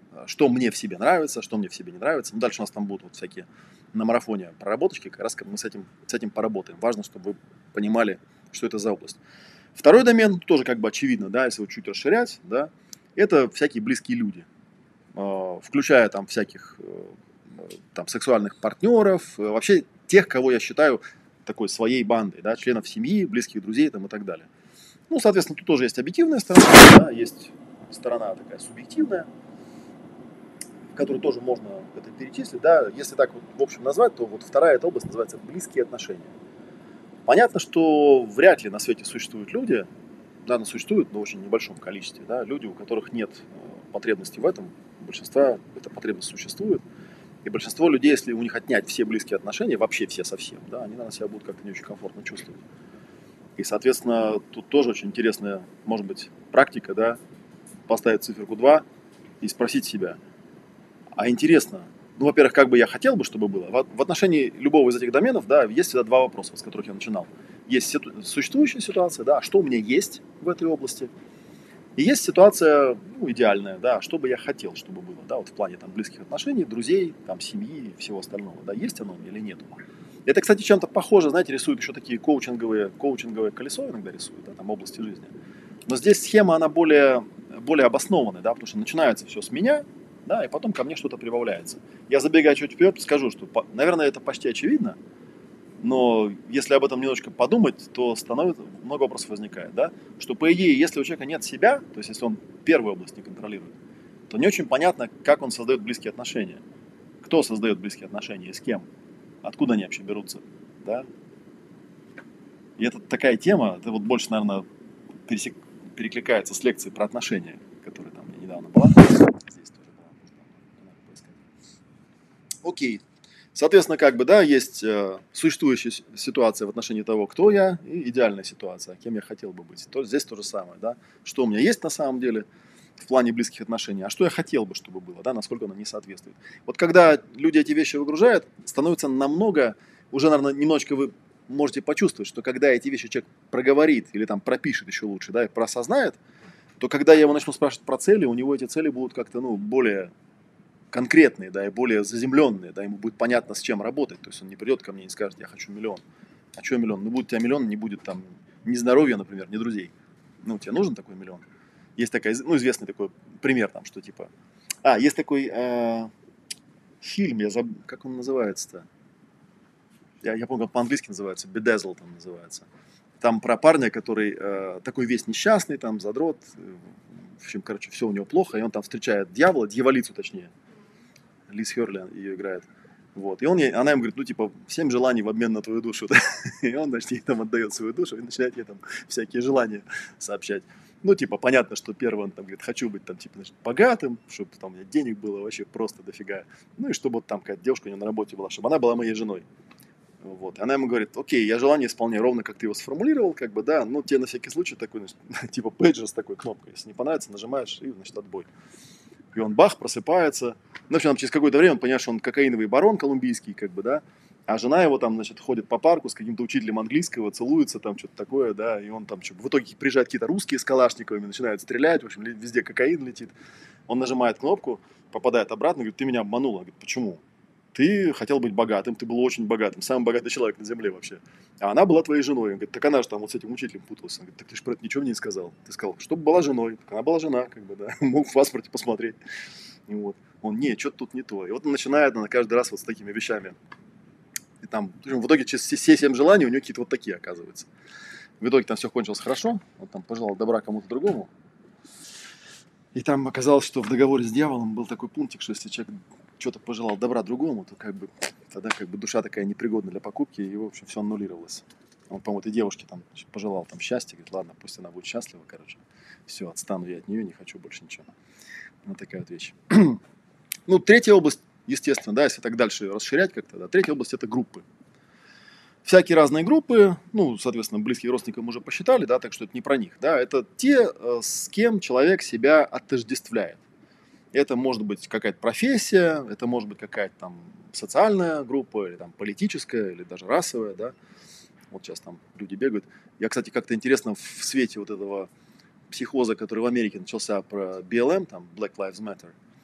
что мне в себе нравится, что мне в себе не нравится. Ну, дальше у нас там будут вот всякие на марафоне проработочки, как раз мы с этим, с этим поработаем. Важно, чтобы вы понимали, что это за область. Второй домен, тоже как бы очевидно, да, если его чуть расширять, да, это всякие близкие люди, включая там всяких там сексуальных партнеров, вообще тех, кого я считаю такой своей бандой, да, членов семьи, близких друзей там и так далее. Ну, соответственно, тут тоже есть объективная сторона, да, есть сторона такая субъективная, в которую тоже можно это перечислить, да. Если так вот в общем назвать, то вот вторая эта область называется близкие отношения. Понятно, что вряд ли на свете существуют люди, да, но существуют, но в очень небольшом количестве, да, люди, у которых нет потребности в этом, у большинства эта потребность существует. И большинство людей, если у них отнять все близкие отношения, вообще все совсем, да, они, наверное, себя будут как-то не очень комфортно чувствовать. И, соответственно, тут тоже очень интересная, может быть, практика, да, поставить циферку два и спросить себя, а интересно, ну, во-первых, как бы я хотел бы, чтобы было. В отношении любого из этих доменов, да, есть всегда два вопроса, с которых я начинал. Есть существующая ситуация, да, что у меня есть в этой области. И есть ситуация, ну, идеальная, да, что бы я хотел, чтобы было, да, вот в плане там близких отношений, друзей, там, семьи и всего остального, да, есть оно или нет. Это, кстати, чем-то похоже, знаете, рисуют еще такие коучинговые, коучинговое колесо иногда рисуют, да, там, области жизни. Но здесь схема, она более, более обоснованная, да, потому что начинается все с меня, да, и потом ко мне что-то прибавляется. Я, забегая чуть вперед, скажу, что, наверное, это почти очевидно, но если об этом немножко подумать, то становится, много вопросов возникает, да, что, по идее, если у человека нет себя, то есть если он первую область не контролирует, то не очень понятно, как он создает близкие отношения. Кто создает близкие отношения и с кем? Откуда они вообще берутся, да? И это такая тема, это вот больше, наверное, пересек... перекликается с лекцией про отношения, которая там недавно была. Здесь тоже была. Окей. Соответственно, как бы, да, есть э, существующая ситуация в отношении того, кто я, и идеальная ситуация, кем я хотел бы быть. То, здесь то же самое, да, что у меня есть на самом деле в плане близких отношений, а что я хотел бы, чтобы было, да, насколько оно не соответствует. Вот когда люди эти вещи выгружают, становится намного, уже, наверное, немножечко вы можете почувствовать, что когда эти вещи человек проговорит или там пропишет еще лучше, да, и проосознает, то когда я его начну спрашивать про цели, у него эти цели будут как-то, ну, более конкретные, да, и более заземленные, да, ему будет понятно, с чем работать. То есть он не придет ко мне и не скажет, я хочу миллион. А что миллион? Ну, будет у тебя миллион, не будет там ни здоровья, например, ни друзей. Ну, тебе нужен такой миллион? Есть такая, ну, известный такой пример там, что типа... А, есть такой э, фильм, я забыл, как он называется-то? Я, я помню, по-английски называется, Bedazzled там называется. Там про парня, который э, такой весь несчастный, там, задрот, э, в общем, короче, все у него плохо, и он там встречает дьявола, дьяволицу точнее. Лиз Херли ее играет. Вот. И он ей, она ему говорит, ну, типа, семь желаний в обмен на твою душу. И он, значит, ей там отдает свою душу и начинает ей там всякие желания сообщать. Ну, типа, понятно, что первый он там говорит, хочу быть там, типа, значит, богатым, чтобы там у меня денег было вообще просто дофига. Ну, и чтобы вот там какая-то девушка у него на работе была, чтобы она была моей женой. Вот. И она ему говорит, окей, я желание исполняю ровно, как ты его сформулировал, как бы, да, ну, тебе на всякий случай такой, значит, типа, пейджер с такой кнопкой. Если не понравится, нажимаешь, и, значит, отбой. И он бах, просыпается. Ну, в общем, через какое-то время он понимает, что он кокаиновый барон колумбийский, как бы, да. А жена его там, значит, ходит по парку с каким-то учителем английского, целуется там, что-то такое, да. И он там что, в итоге приезжают какие-то русские с калашниковыми, начинают стрелять, в общем, везде кокаин летит. Он нажимает кнопку, попадает обратно, говорит, ты меня обманула. Он говорит, почему? Ты хотел быть богатым, ты был очень богатым, самый богатый человек на земле вообще. А она была твоей женой. Он говорит, так она же там вот с этим учителем путалась. Он говорит, так ты же про это ничего мне не сказал. Ты сказал, чтобы была женой. Так она была жена, как бы, да. Мог в паспорте посмотреть. И вот. Он, не, что-то тут не то. И вот он начинает она каждый раз вот с такими вещами. И там, в итоге, через все семь желаний у него какие-то вот такие оказываются. В итоге там все кончилось хорошо. Он там пожелал добра кому-то другому. И там оказалось, что в договоре с дьяволом был такой пунктик, что если человек что-то пожелал добра другому, то как бы тогда как бы душа такая непригодна для покупки, и, в общем, все аннулировалось. Он, по-моему, этой девушке там пожелал там счастья, говорит, ладно, пусть она будет счастлива, короче. Все, отстану я от нее, не хочу больше ничего. Вот такая вот вещь. Ну, третья область, естественно, да, если так дальше расширять как-то, да, третья область – это группы. Всякие разные группы, ну, соответственно, близких родственников мы уже посчитали, да, так что это не про них, да, это те, с кем человек себя отождествляет. Это может быть какая-то профессия, это может быть какая-то там социальная группа, или там политическая, или даже расовая, да. Вот сейчас там люди бегают. Я, кстати, как-то интересно в свете вот этого психоза, который в Америке начался про би эл эм, там, Black Lives Matter,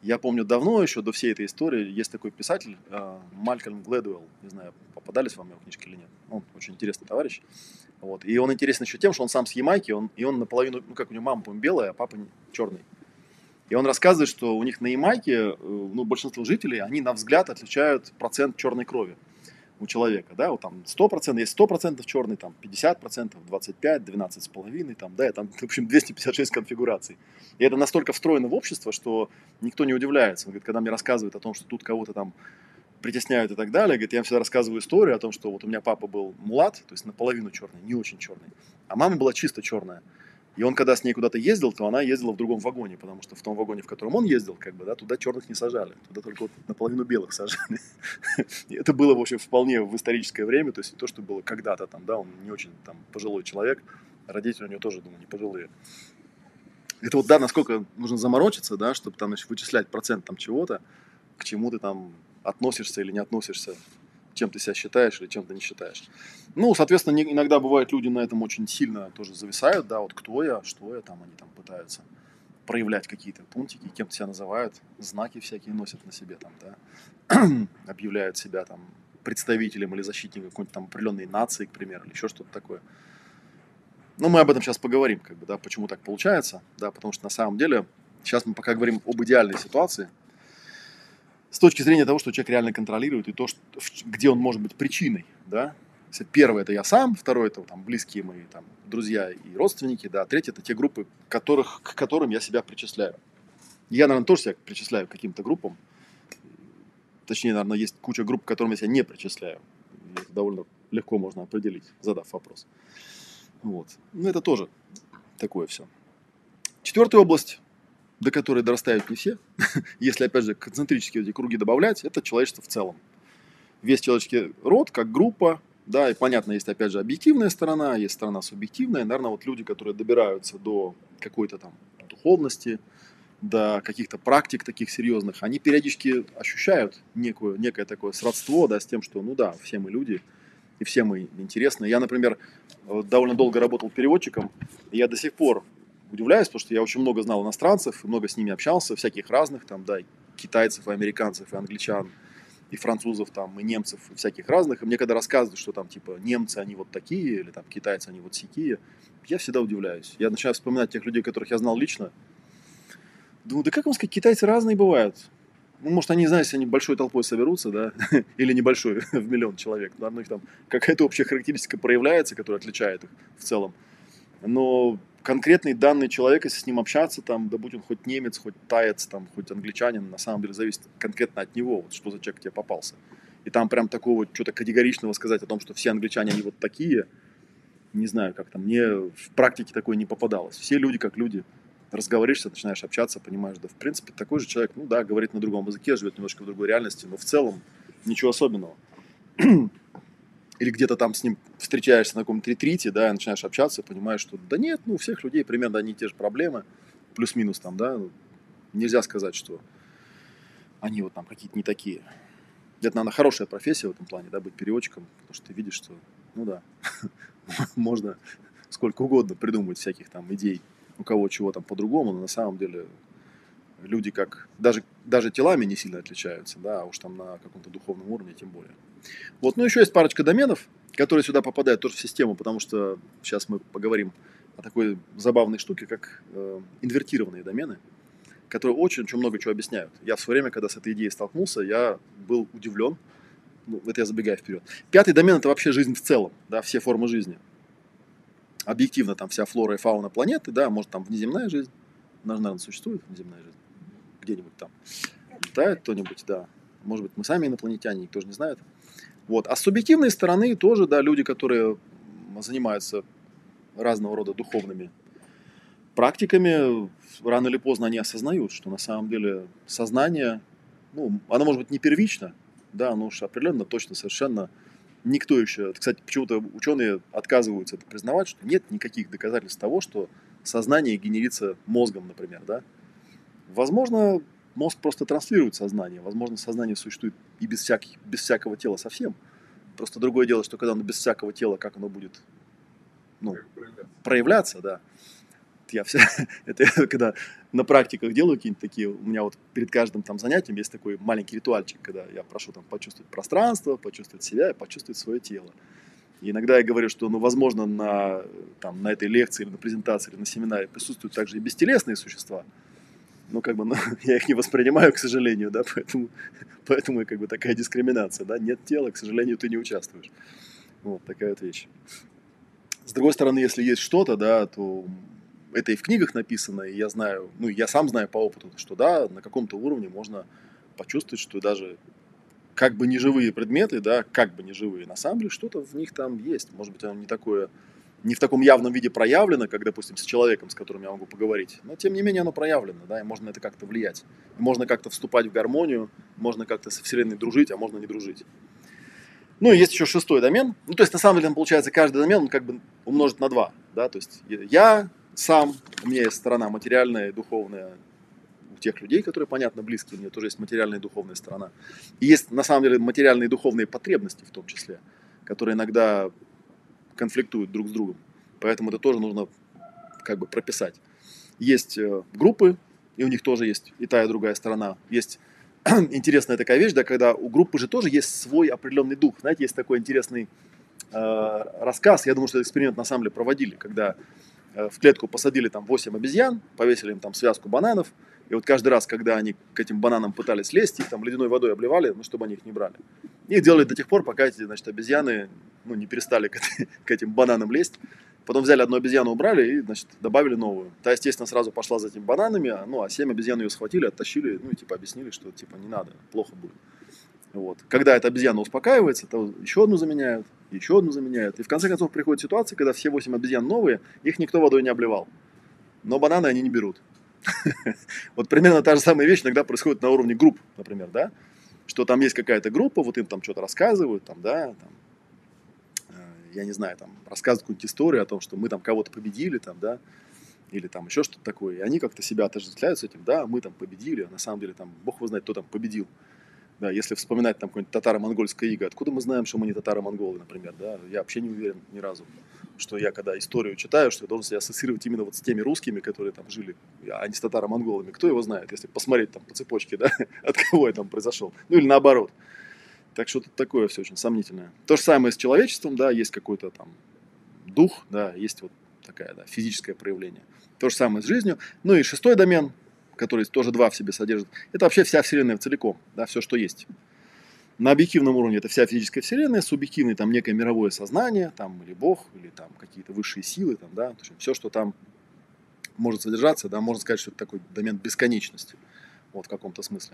Я помню давно еще, до всей этой истории, есть такой писатель э, Малькольм Глэдуэлл. Не знаю, попадались вам его книжки или нет. Он очень интересный товарищ. Вот. И он интересен еще тем, что он сам с Ямайки, он, и он наполовину, ну как у него мама, по-моему, белая, а папа черный. И он рассказывает, что у них на Ямайке, э, ну, большинство жителей, они на взгляд отличают процент черной крови у человека, да, вот там сто процентов, есть сто процентов черный, там пятьдесят процентов, двадцать пять, двенадцать с половиной, там, да, и там, в общем, двести пятьдесят шесть конфигураций. И это настолько встроено в общество, что никто не удивляется. Он говорит, когда мне рассказывают о том, что тут кого-то там притесняют и так далее, говорит, я всегда рассказываю историю о том, что вот у меня папа был мулат, то есть наполовину черный, не очень черный, а мама была чисто черная. И он, когда с ней куда-то ездил, то она ездила в другом вагоне, потому что в том вагоне, в котором он ездил, как бы, да, туда черных не сажали, туда только вот наполовину белых сажали. И это было, в общем, вполне в историческое время, то есть не то, что было когда-то там, да, он не очень там пожилой человек, родители у него тоже, думаю, не пожилые. Это вот, да, насколько нужно заморочиться, да, чтобы там, значит, вычислять процент там чего-то, к чему ты там относишься или не относишься, чем ты себя считаешь или чем ты не считаешь. Ну, соответственно, не, иногда бывает, люди на этом очень сильно тоже зависают, да, вот кто я, что я, там они там пытаются проявлять какие-то пунктики, кем-то себя называют, знаки всякие носят на себе, там, да, объявляют себя там представителем или защитником какой-нибудь там определенной нации, к примеру, или еще что-то такое. Ну, мы об этом сейчас поговорим, как бы, да, почему так получается, да, потому что на самом деле, сейчас мы пока говорим об идеальной ситуации, с точки зрения того, что человек реально контролирует, и то, что, где он может быть причиной, да. Первое – это я сам, второе – это там, близкие мои там, друзья и родственники, да, третье – это те группы, которых, к которым я себя причисляю. Я, наверное, тоже себя причисляю к каким-то группам. Точнее, наверное, есть куча групп, к которым я себя не причисляю. Это довольно легко можно определить, задав вопрос. Вот. Ну, это тоже такое все. Четвертая область, до которой дорастают не все, если, опять же, концентрически эти круги добавлять, это человечество в целом. Весь человеческий род, как группа, да, и понятно, есть, опять же, объективная сторона, есть сторона субъективная. Наверное, вот люди, которые добираются до какой-то там духовности, до каких-то практик таких серьезных, они периодически ощущают некую, некое такое сродство, да, с тем, что, ну да, все мы люди, и все мы интересны. Я, например, довольно долго работал переводчиком, и я до сих пор удивляюсь, потому что я очень много знал иностранцев, много с ними общался, всяких разных, там, да, и китайцев, и американцев, и англичан, и французов, там, и немцев, и всяких разных. И мне когда рассказывают, что там, типа, немцы, они вот такие, или там, китайцы, они вот сякие, я всегда удивляюсь. Я начинаю вспоминать тех людей, которых я знал лично. Думаю, да как вам сказать, китайцы разные бывают. Ну, может, они, знаете, если они большой толпой соберутся, да, или небольшой, в миллион человек, наверное, у них там какая-то общая характеристика проявляется, которая отличает их в целом. Но конкретный данный человек, если с ним общаться, там, да будь он хоть немец, хоть таец, там, хоть англичанин, на самом деле зависит конкретно от него, вот что за человек тебе попался. И там прям такого что-то категоричного сказать о том, что все англичане, они вот такие, не знаю, как там, мне в практике такое не попадалось. Все люди как люди. Разговоришься, начинаешь общаться, понимаешь, да, в принципе, такой же человек, ну да, говорит на другом языке, живет немножко в другой реальности, но в целом ничего особенного. Или где-то там с ним встречаешься на каком-то ретрите, да, и начинаешь общаться, понимаешь, что да нет, ну у всех людей примерно одни и те же проблемы, плюс-минус там, да, нельзя сказать, что они вот там какие-то не такие. Это, наверное, хорошая профессия в этом плане, да, быть переводчиком, потому что ты видишь, что, ну да, можно сколько угодно придумывать всяких там идей, у кого чего там по-другому, но на самом деле люди как, даже, даже телами не сильно отличаются, да, а уж там на каком-то духовном уровне тем более. Вот, ну еще есть парочка доменов, которые сюда попадают тоже в систему, потому что сейчас мы поговорим о такой забавной штуке, как э, инвертированные домены, которые очень-очень много чего объясняют. Я в свое время, когда с этой идеей столкнулся, я был удивлен. Ну, это я забегаю вперед. Пятый домен – это вообще жизнь в целом, да, все формы жизни. Объективно там вся флора и фауна планеты, да, может там внеземная жизнь, она же, наверное, существует, внеземная жизнь, где-нибудь там летает кто-нибудь, да, может быть, мы сами инопланетяне, никто же не знает. Вот. А с субъективной стороны тоже, да, люди, которые занимаются разного рода духовными практиками, рано или поздно они осознают, что на самом деле сознание, ну, оно может быть не первично, да, оно уж определенно, точно, совершенно никто еще... Кстати, почему-то ученые отказываются это признавать, что нет никаких доказательств того, что сознание генерится мозгом, например, да. Возможно, мозг просто транслирует сознание, возможно, сознание существует и без, всяких, без всякого тела совсем. Просто другое дело, что когда оно без всякого тела, как оно будет, ну, проявляться, да. я все, это я когда на практиках делаю какие-нибудь такие, у меня вот перед каждым там занятием есть такой маленький ритуальчик, когда я прошу там почувствовать пространство, почувствовать себя и почувствовать свое тело. И иногда я говорю, что, ну, возможно, на, там, на этой лекции или на презентации или на семинаре присутствуют также и бестелесные существа, но как бы, ну, я их не воспринимаю, к сожалению, да, поэтому, поэтому и как бы такая дискриминация, да, нет тела, к сожалению, ты не участвуешь. Вот такая вот вещь. С другой стороны, если есть что-то, да, то это и в книгах написано, и я знаю, ну, я сам знаю по опыту, что да, на каком-то уровне можно почувствовать, что даже как бы неживые предметы, да, как бы неживые, на самом деле что-то в них там есть. Может быть, оно не такое, не в таком явном виде проявлено, как, допустим, с человеком, с которым я могу поговорить, но тем не менее оно проявлено, да, и можно это как-то влиять. И можно как-то вступать в гармонию, можно как-то со Вселенной дружить, а можно не дружить. Ну, и есть еще шестой домен. Ну, то есть, на самом деле, там, получается, каждый домен, он как бы умножит на два, да, то есть я сам, у меня есть сторона материальная и духовная, у тех людей, которые, понятно, близкие мне, тоже есть материальная и духовная сторона. И есть, на самом деле, материальные и духовные потребности в том числе, которые иногда конфликтуют друг с другом. Поэтому это тоже нужно как бы прописать. Есть группы, и у них тоже есть и та, и другая сторона. Есть интересная такая вещь, да, когда у группы же тоже есть свой определенный дух. Знаете, есть такой интересный э, рассказ, я думаю, что этот эксперимент на самом деле проводили, когда э, в клетку посадили там восемь обезьян, повесили им там связку бананов, и вот каждый раз, когда они к этим бананам пытались лезть, их там ледяной водой обливали, ну, чтобы они их не брали. Их делали до тех пор, пока эти, значит, обезьяны, ну, не перестали к, к этим бананам лезть. Потом взяли одну обезьяну, убрали и, значит, добавили новую. Та, естественно, сразу пошла за этими бананами, ну, а семь обезьян ее схватили, оттащили, ну, и, типа, объяснили, что, типа, не надо, плохо будет. Вот. Когда эта обезьяна успокаивается, то еще одну заменяют, еще одну заменяют. И в конце концов приходит ситуация, когда все восемь обезьян новые, их никто водой не обливал. Но бананы они не берут. Вот примерно та же самая вещь иногда происходит на уровне групп, например, да? Что там есть какая-то группа, вот им там что-то рассказывают, там, да, там, я не знаю, там, рассказывают какую-нибудь историю о том, что мы там кого-то победили, там, да, или там еще что-то такое, и они как-то себя отождествляют с этим, да, мы там победили, а на самом деле там, бог его знает, кто там победил. Да, если вспоминать там какое-нибудь татаро-монгольское иго, откуда мы знаем, что мы не татаро-монголы, например, да, я вообще не уверен ни разу, что я когда историю читаю, что я должен себя ассоциировать именно вот с теми русскими, которые там жили, а не с татаро-монголами, кто его знает, если посмотреть там по цепочке, да, от кого я там произошел, ну или наоборот. Так что тут такое все очень сомнительное. То же самое с человечеством, да, есть какой-то там дух, да, есть вот такая, да, физическое проявление. То же самое с жизнью. Ну и шестой домен, который тоже два в себе содержит, это вообще вся Вселенная целиком, да, все, что есть. На объективном уровне это вся физическая Вселенная, субъективный там некое мировое сознание, там или Бог, или там какие-то высшие силы, там, да, все, что там может содержаться, да, можно сказать, что это такой домен бесконечности, вот в каком-то смысле.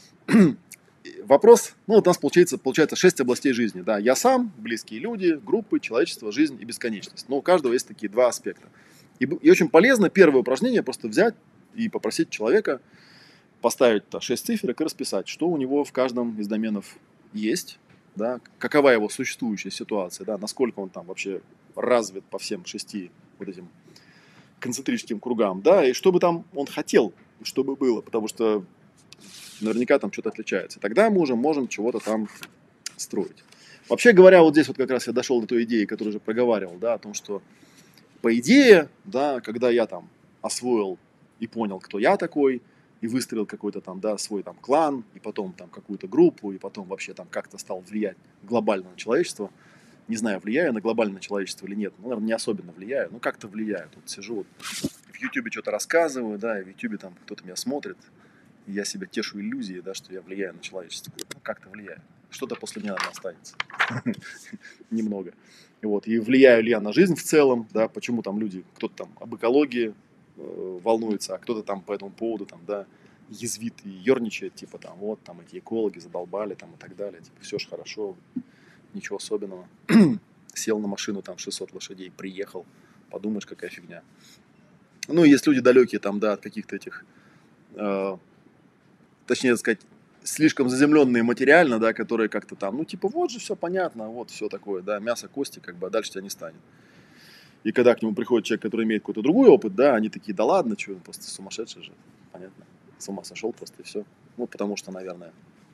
Вопрос, ну вот у нас получается, получается шесть областей жизни, да, я сам, близкие люди, группы, человечество, жизнь и бесконечность. Но у каждого есть такие два аспекта. И, и очень полезно первое упражнение просто взять и попросить человека поставить шесть циферок и расписать, что у него в каждом из доменов есть, да, какова его существующая ситуация, да, насколько он там вообще развит по всем шести вот этим концентрическим кругам, да, и что бы там он хотел, чтобы было, потому что наверняка там что-то отличается. Тогда мы уже можем чего-то там строить. Вообще говоря, вот здесь вот как раз я дошел до той идеи, которую уже проговаривал, да, о том, что по идее, да, когда я там освоил и понял, кто я такой, и выстроил какой-то там, да, свой там клан, и потом там какую-то группу, и потом вообще там как-то стал влиять глобально на человечество. Не знаю, влияю на глобальное человечество или нет. Ну, наверное, не особенно влияю, но как-то влияю. Тут сижу, вот, в Ютубе что-то рассказываю, да, и в Ютубе там кто-то меня смотрит, и я себя тешу иллюзией, да, что я влияю на человечество. Ну, как-то влияю. Что-то после меня, наверное, останется. Немного. Вот. И влияю ли я на жизнь в целом, да, почему там люди, кто-то там об экологии э, волнуется, а кто-то там по этому поводу, там, да, язвит и ерничает, типа, там, вот, там, эти экологи задолбали, там, и так далее, типа, все ж хорошо, ничего особенного. Сел на машину, там, шестьсот лошадей, приехал, подумаешь, какая фигня. Ну, есть люди далекие, там, да, от каких-то этих, э, точнее сказать, слишком заземленные материально, да, которые как-то там, ну, типа, вот же все понятно, вот все такое, да, мясо, кости, как бы, а дальше тебя не станет. И когда к нему приходит человек, который имеет какой-то другой опыт, да, они такие, да ладно, что, он просто сумасшедший же, понятно, с ума сошел просто и все. Ну, потому что, наверное,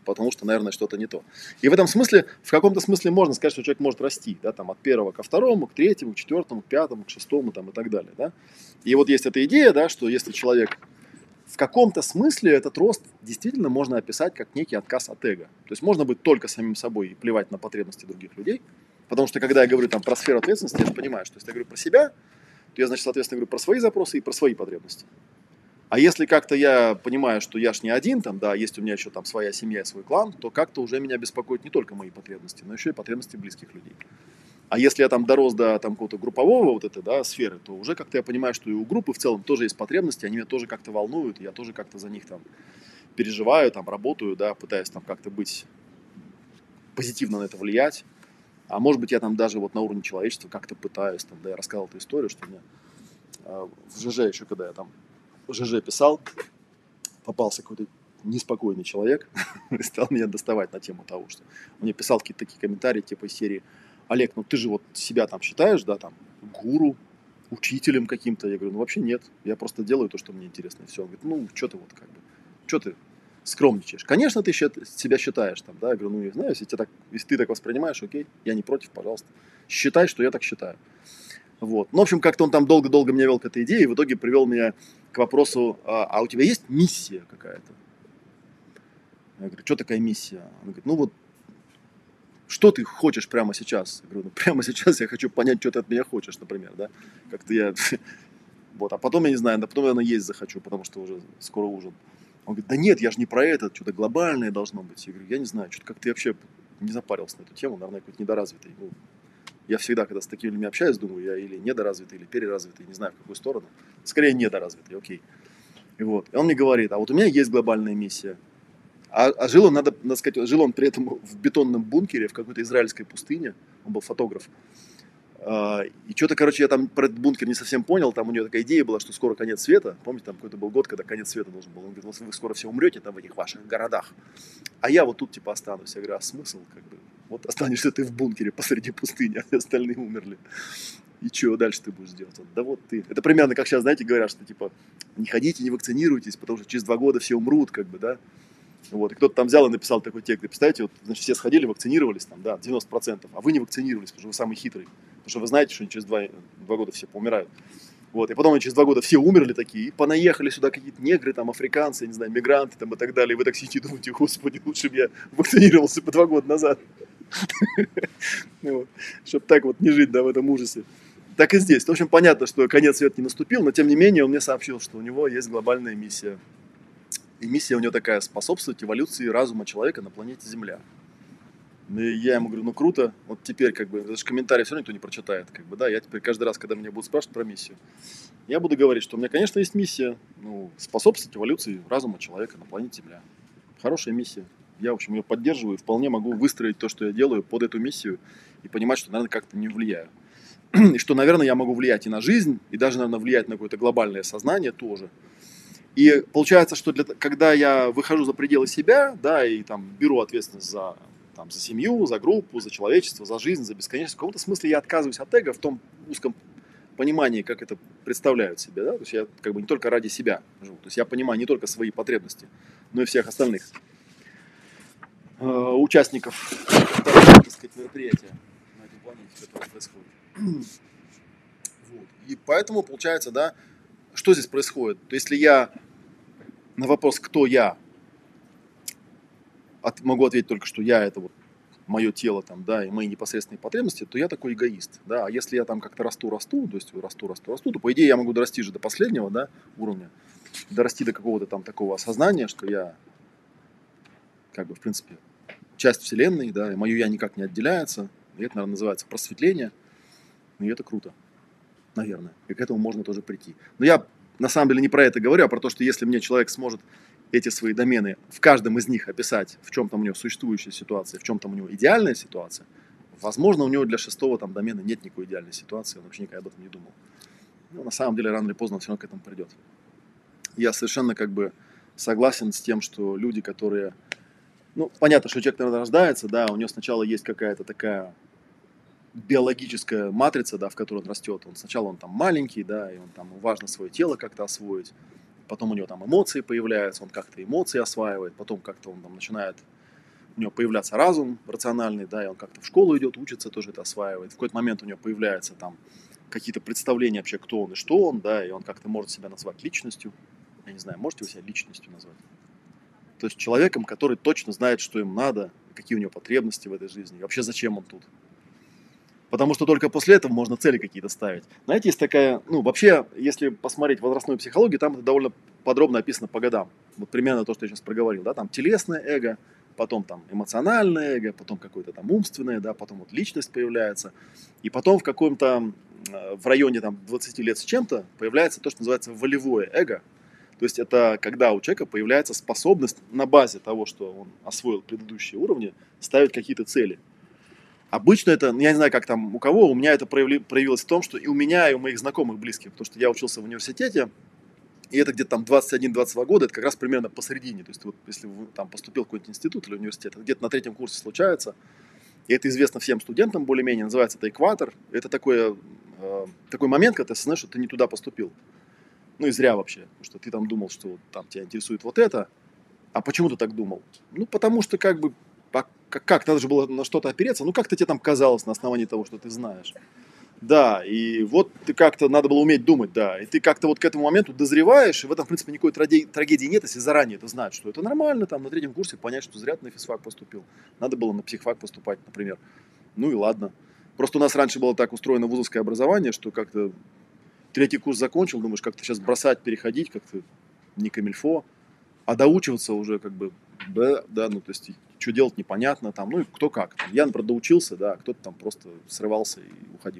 потому что, наверное, что-то не то. И в этом смысле, в каком-то смысле можно сказать, что человек может расти, да, там, от первого ко второму, к третьему, к четвертому, к пятому, к шестому там, и так далее. Да? И вот есть эта идея, да, что если человек в каком-то смысле этот рост действительно можно описать как некий отказ от эго. То есть можно быть только самим собой и плевать на потребности других людей. Потому что когда я говорю там, про сферу ответственности, я понимаю, что если я говорю про себя, то я, значит, соответственно, говорю про свои запросы и про свои потребности. А если как-то я понимаю, что я ж не один, там, да, есть у меня еще там своя семья и свой клан, то как-то уже меня беспокоят не только мои потребности, но еще и потребности близких людей. А если я там дорос до там, какого-то группового вот этой, да, сферы, то уже как-то я понимаю, что и у группы в целом тоже есть потребности, они меня тоже как-то волнуют, я тоже как-то за них там переживаю, там, работаю, да, пытаюсь там как-то быть, позитивно на это влиять. А может быть, я там даже вот на уровне человечества как-то пытаюсь, там, да, я рассказал эту историю, что у меня э, в ЖЖ еще, когда я там в ЖЖ писал, попался какой-то неспокойный человек и стал меня доставать на тему того, что он мне писал какие-то такие комментарии, типа из серии: Олег, ну ты же вот себя там считаешь, да, там, гуру, учителем каким-то? Я говорю, ну вообще нет, я просто делаю то, что мне интересно, и все. Он говорит, ну, что ты вот как бы, что ты скромничаешь? Конечно, ты себя считаешь там, да, я говорю, ну, я знаю, если, так, если ты так воспринимаешь, окей, я не против, пожалуйста, считай, что я так считаю. Вот. Ну, в общем, как-то он там долго-долго меня вел к этой идее, и в итоге привел меня к вопросу, а, а у тебя есть миссия какая-то? Я говорю, что такая миссия? Он говорит, ну вот, что ты хочешь прямо сейчас? Я говорю, ну прямо сейчас я хочу понять, что ты от меня хочешь, например, да? Как-то я, вот, а потом я не знаю, да потом, наверное, есть захочу, потому что уже скоро ужин. Он говорит, да нет, я же не про это, что-то глобальное должно быть. Я говорю, я не знаю, что-то как-то я вообще не запарился на эту тему, наверное, какой-то недоразвитый. Ну, я всегда, когда с такими людьми общаюсь, думаю, я или недоразвитый, или переразвитый, не знаю, в какую сторону. Скорее, недоразвитый, окей. И вот, и он мне говорит, а вот у меня есть глобальная миссия. А, а жил он, надо, надо сказать, жил он при этом в бетонном бункере в какой-то израильской пустыне. Он был фотограф. И что-то, короче, я там про этот бункер не совсем понял. Там у него такая идея была, что скоро конец света. Помните, там какой-то был год, когда конец света должен был. Он говорит, вот вы скоро все умрете там в этих ваших городах. А я вот тут типа останусь. Я говорю, а смысл как бы? Вот останешься ты в бункере посреди пустыни, а все остальные умерли. И что дальше ты будешь делать? Да вот ты. Это примерно как сейчас, знаете, говорят, что типа не ходите, не вакцинируйтесь, потому что через два года все умрут, как бы, да. Вот, и кто-то там взял и написал такой текст. И представляете, вот, значит, все сходили, вакцинировались, там, да, девяносто процентов, а вы не вакцинировались, потому что вы самый хитрый. Потому что вы знаете, что через два, два года все поумирают. Вот, и потом через два года все умерли такие, и понаехали сюда какие-то негры, там, африканцы, я не знаю, мигранты там, и так далее. И вы так сидите и думаете, господи, лучше бы я вакцинировался по два года назад. Чтобы так вот не жить, да, в этом ужасе. Так и здесь. В общем, понятно, что конец света не наступил, но тем не менее он мне сообщил, что у него есть глобальная миссия. И миссия у него такая: способствовать эволюции разума человека на планете Земля. И я ему говорю, ну круто, вот теперь как бы, даже комментарии все равно никто не прочитает, как бы, да, я теперь каждый раз, когда меня будут спрашивать про миссию, я буду говорить, что у меня, конечно, есть миссия, ну, способствовать эволюции разума человека на планете Земля. Хорошая миссия. Я, в общем, ее поддерживаю и вполне могу выстроить то, что я делаю, под эту миссию и понимать, что, наверное, как-то не влияю. И что, наверное, я могу влиять и на жизнь, и даже, наверное, влиять на какое-то глобальное сознание тоже. И получается, что для, когда я выхожу за пределы себя, да, и там беру ответственность за, там, за семью, за группу, за человечество, за жизнь, за бесконечность, в каком-то смысле я отказываюсь от эго в том узком понимании, как это представляют себе, да, то есть я как бы не только ради себя живу, то есть я понимаю не только свои потребности, но и всех остальных э, участников, так сказать, мероприятия на этой планете, которое происходит. Вот. И поэтому получается, да, что здесь происходит? То есть, если я на вопрос, кто я, от, могу ответить только, что я — это вот мое тело, там, да, и мои непосредственные потребности, то я такой эгоист, да. А если я там как-то расту, расту, то есть расту, расту, расту, то по идее я могу дорасти же до последнего, да, уровня, дорасти до какого-то там такого осознания, что я, как бы, в принципе, часть Вселенной, да, и мое я никак не отделяется. И это, наверное, называется просветление. И это круто, наверное. И к этому можно тоже прийти. Но я на самом деле не про это говорю, а про то, что если мне человек сможет эти свои домены в каждом из них описать, в чем там у него существующая ситуация, в чем там у него идеальная ситуация, возможно, у него для шестого там домена нет никакой идеальной ситуации, он вообще никогда об этом не думал. Но на самом деле рано или поздно он все равно к этому придет. Я совершенно как бы согласен с тем, что люди, которые... Ну, понятно, что человек, наверное, рождается, да, у него сначала есть какая-то такая биологическая матрица, да, в которой он растет. Он, сначала он там маленький, да, и он там важно свое тело как-то освоить. Потом у него там эмоции появляются, он как-то эмоции осваивает, потом как-то он там начинает у него появляться разум рациональный, да, и он как-то в школу идет, учится, тоже это осваивает. В какой-то момент у него появляются там какие-то представления вообще, кто он и что он, да, и он как-то может себя назвать личностью. Я не знаю, можете вы себя личностью назвать? То есть человеком, который точно знает, что ему надо, какие у него потребности в этой жизни, и вообще зачем он тут. Потому что только после этого можно цели какие-то ставить. Знаете, есть такая, ну, вообще, если посмотреть возрастную психологию, там это довольно подробно описано по годам. Вот примерно то, что я сейчас проговорил, да, там телесное эго, потом там эмоциональное эго, потом какое-то там умственное, да, потом вот личность появляется, и потом в каком-то, в районе там двадцати лет с чем-то появляется то, что называется волевое эго. То есть это когда у человека появляется способность на базе того, что он освоил предыдущие уровни, ставить какие-то цели. Обычно это, я не знаю, как там у кого, у меня это проявли, проявилось в том, что и у меня, и у моих знакомых близких, потому что я учился в университете, и это где-то там двадцать один - двадцать два года, это как раз примерно посередине. То есть вот если вы там поступил в какой-нибудь институт или университет, это где-то на третьем курсе случается, и это известно всем студентам более-менее, называется это экватор. Это такой, э, такой момент, когда ты осознаешь, что ты не туда поступил. Ну и зря вообще, потому что ты там думал, что там тебя интересует вот это, а почему ты так думал? Ну потому что как бы как, как надо же было на что-то опереться, ну как-то тебе там казалось на основании того, что ты знаешь. Да, и вот ты как-то надо было уметь думать, да, и ты как-то вот к этому моменту дозреваешь, и в этом, в принципе, никакой тради- трагедии нет, если заранее это знать, что это нормально, там, на третьем курсе понять, что зря ты на физфак поступил, надо было на психфак поступать, например, ну и ладно. Просто у нас раньше было так устроено вузовское образование, что как-то третий курс закончил, думаешь, как-то сейчас бросать, переходить, как-то не камильфо, а доучиваться уже как бы, да, да, ну то есть что делать непонятно, там, ну и кто как. Я, например, доучился, да, а кто-то там просто срывался и уходил.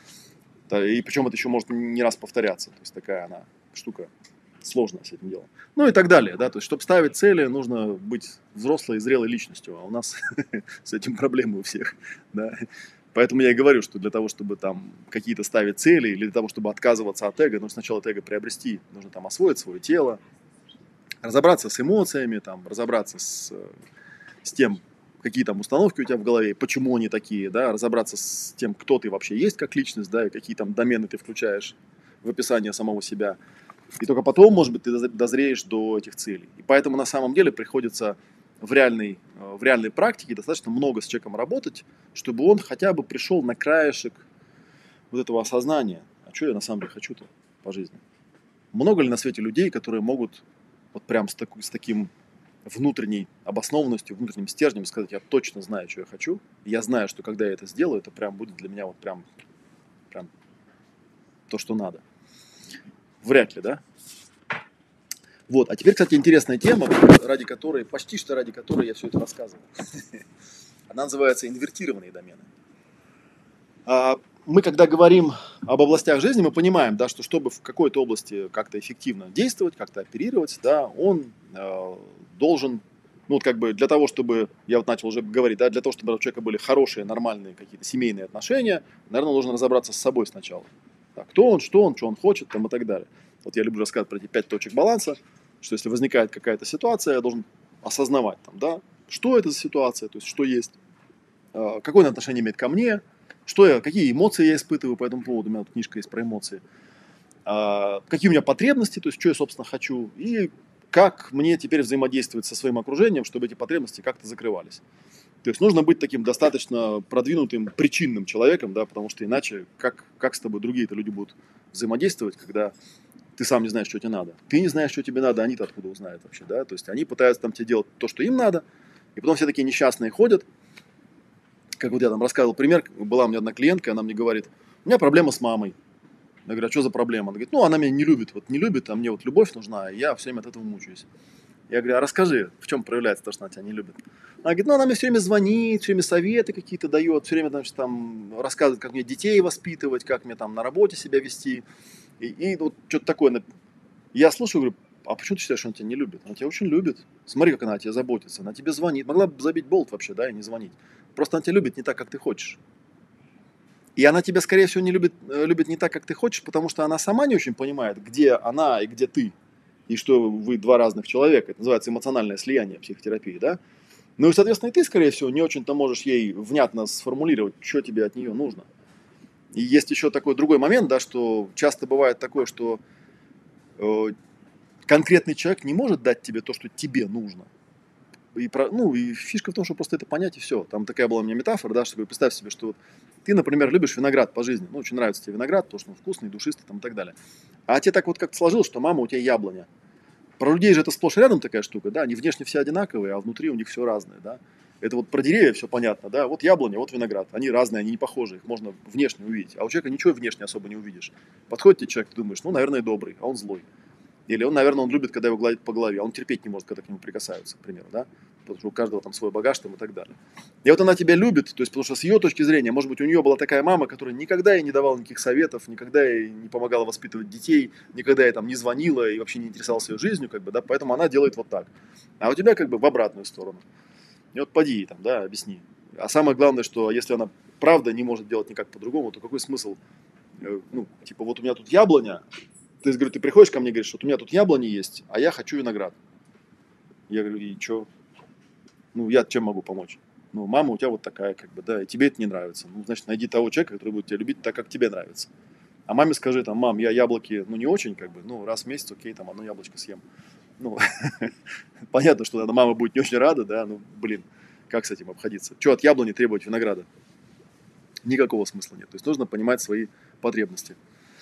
И причем это еще может не раз повторяться. То есть такая она штука сложная с этим делом. Ну и так далее. Да? То есть, чтобы ставить цели, нужно быть взрослой и зрелой личностью. А у нас с этим проблемы у всех. Да? Поэтому я и говорю, что для того, чтобы там какие-то ставить цели, или для того, чтобы отказываться от эго, нужно сначала это эго приобрести. Нужно там освоить свое тело, разобраться с эмоциями, там, разобраться с, с тем, какие там установки у тебя в голове, почему они такие, да, разобраться с тем, кто ты вообще есть как личность, да, и какие там домены ты включаешь в описание самого себя. И только потом, может быть, ты дозреешь до этих целей. И поэтому на самом деле приходится в реальной, в реальной практике достаточно много с человеком работать, чтобы он хотя бы пришел на краешек вот этого осознания. А что я на самом деле хочу-то по жизни? Много ли на свете людей, которые могут вот прям с, такой, с таким внутренней обоснованностью, внутренним стержнем сказать, я точно знаю, что я хочу, и я знаю, что когда я это сделаю, это прям будет для меня вот прям, прям то, что надо. Вряд ли, да? Вот, а теперь, кстати, интересная тема, ради которой, почти что ради которой я все это рассказываю. Она называется инвертированные домены. Мы, когда говорим об областях жизни, мы понимаем, да, что чтобы в какой-то области как-то эффективно действовать, как-то оперировать, да, он э, должен, ну, вот как бы для того, чтобы, я вот начал уже говорить, да, для того, чтобы у человека были хорошие, нормальные какие-то семейные отношения, наверное, нужно разобраться с собой сначала. Да, кто он, что он, что он хочет, там, и так далее. Вот я люблю рассказывать про эти пять точек баланса, что если возникает какая-то ситуация, я должен осознавать, там, да, что это за ситуация, то есть что есть, э, какое отношение имеет ко мне, что я, какие эмоции я испытываю по этому поводу, у меня тут книжка есть про эмоции, а, какие у меня потребности, то есть что я, собственно, хочу, и как мне теперь взаимодействовать со своим окружением, чтобы эти потребности как-то закрывались. То есть нужно быть таким достаточно продвинутым причинным человеком, да, потому что иначе как, как с тобой другие-то люди будут взаимодействовать, когда ты сам не знаешь, что тебе надо. Ты не знаешь, что тебе надо, они-то откуда узнают вообще, да, то есть они пытаются там тебе делать то, что им надо, и потом все такие несчастные ходят. Как вот я там рассказывал пример, была у меня одна клиентка, она мне говорит, у меня проблема с мамой. Я говорю, а что за проблема? Она говорит, ну, она меня не любит, вот не любит, а мне вот любовь нужна, и я все время от этого мучаюсь. Я говорю, а расскажи, в чем проявляется то, что она тебя не любит? Она говорит, ну, она мне все время звонит, все время советы какие-то дает, все время, значит, там рассказывает, как мне детей воспитывать, как мне там на работе себя вести. И, и вот что-то такое. Я слушаю, говорю, а почему ты считаешь, что она тебя не любит? Она тебя очень любит. Смотри, как она о тебе заботится. Она тебе звонит. Могла бы забить болт вообще, да, и не звонить. Просто она тебя любит не так, как ты хочешь. И она тебя, скорее всего, не любит, любит не так, как ты хочешь, потому что она сама не очень понимает, где она и где ты. И что вы два разных человека. Это называется эмоциональное слияние психотерапии, да? Ну и, соответственно, и ты, скорее всего, не очень-то можешь ей внятно сформулировать, что тебе от нее нужно. И есть еще такой другой момент, да, что часто бывает такое, что э, конкретный человек не может дать тебе то, что тебе нужно. И, про, ну, и фишка в том, что просто это понять и все. Там такая была у меня метафора, да, что представь себе, что вот ты, например, любишь виноград по жизни. Ну, очень нравится тебе виноград, потому что он вкусный, душистый там, и так далее. А тебе так вот как-то сложилось, что мама у тебя яблоня. Про людей же это сплошь и рядом такая штука, да, они внешне все одинаковые, а внутри у них все разное, да. Это вот про деревья все понятно, да, вот яблоня, вот виноград, они разные, они не похожи, их можно внешне увидеть, а у человека ничего внешне особо не увидишь. Подходит тебе человек, ты думаешь, ну, наверное, добрый, а он злой. Или он, наверное, он любит, когда его гладят по голове, а он терпеть не может, когда к нему прикасаются, к примеру, да, потому что у каждого там свой багаж там и так далее. И вот она тебя любит, то есть, потому что с ее точки зрения, может быть, у нее была такая мама, которая никогда ей не давала никаких советов, никогда ей не помогала воспитывать детей, никогда ей там не звонила и вообще не интересовалась ее жизнью, как бы, да, поэтому она делает вот так. А у тебя как бы в обратную сторону. И вот поди ей там, да, объясни. А самое главное, что если она правда не может делать никак по-другому, то какой смысл, э, ну, типа, вот у меня тут яблоня, ты, говорю, ты приходишь ко мне и говоришь, что вот у меня тут яблони есть, а я хочу виноград. Я говорю, и что? Ну, я чем могу помочь? Ну, мама у тебя вот такая, как бы, да, и тебе это не нравится. Ну, значит, найди того человека, который будет тебя любить так, как тебе нравится. А маме скажи, там, мам, я яблоки, ну, не очень, как бы, ну, раз в месяц, окей, там, одно яблочко съем. Ну, понятно, что мама будет не очень рада, да, ну, блин, как с этим обходиться? Что от яблони требовать винограда? Никакого смысла нет. То есть нужно понимать свои потребности.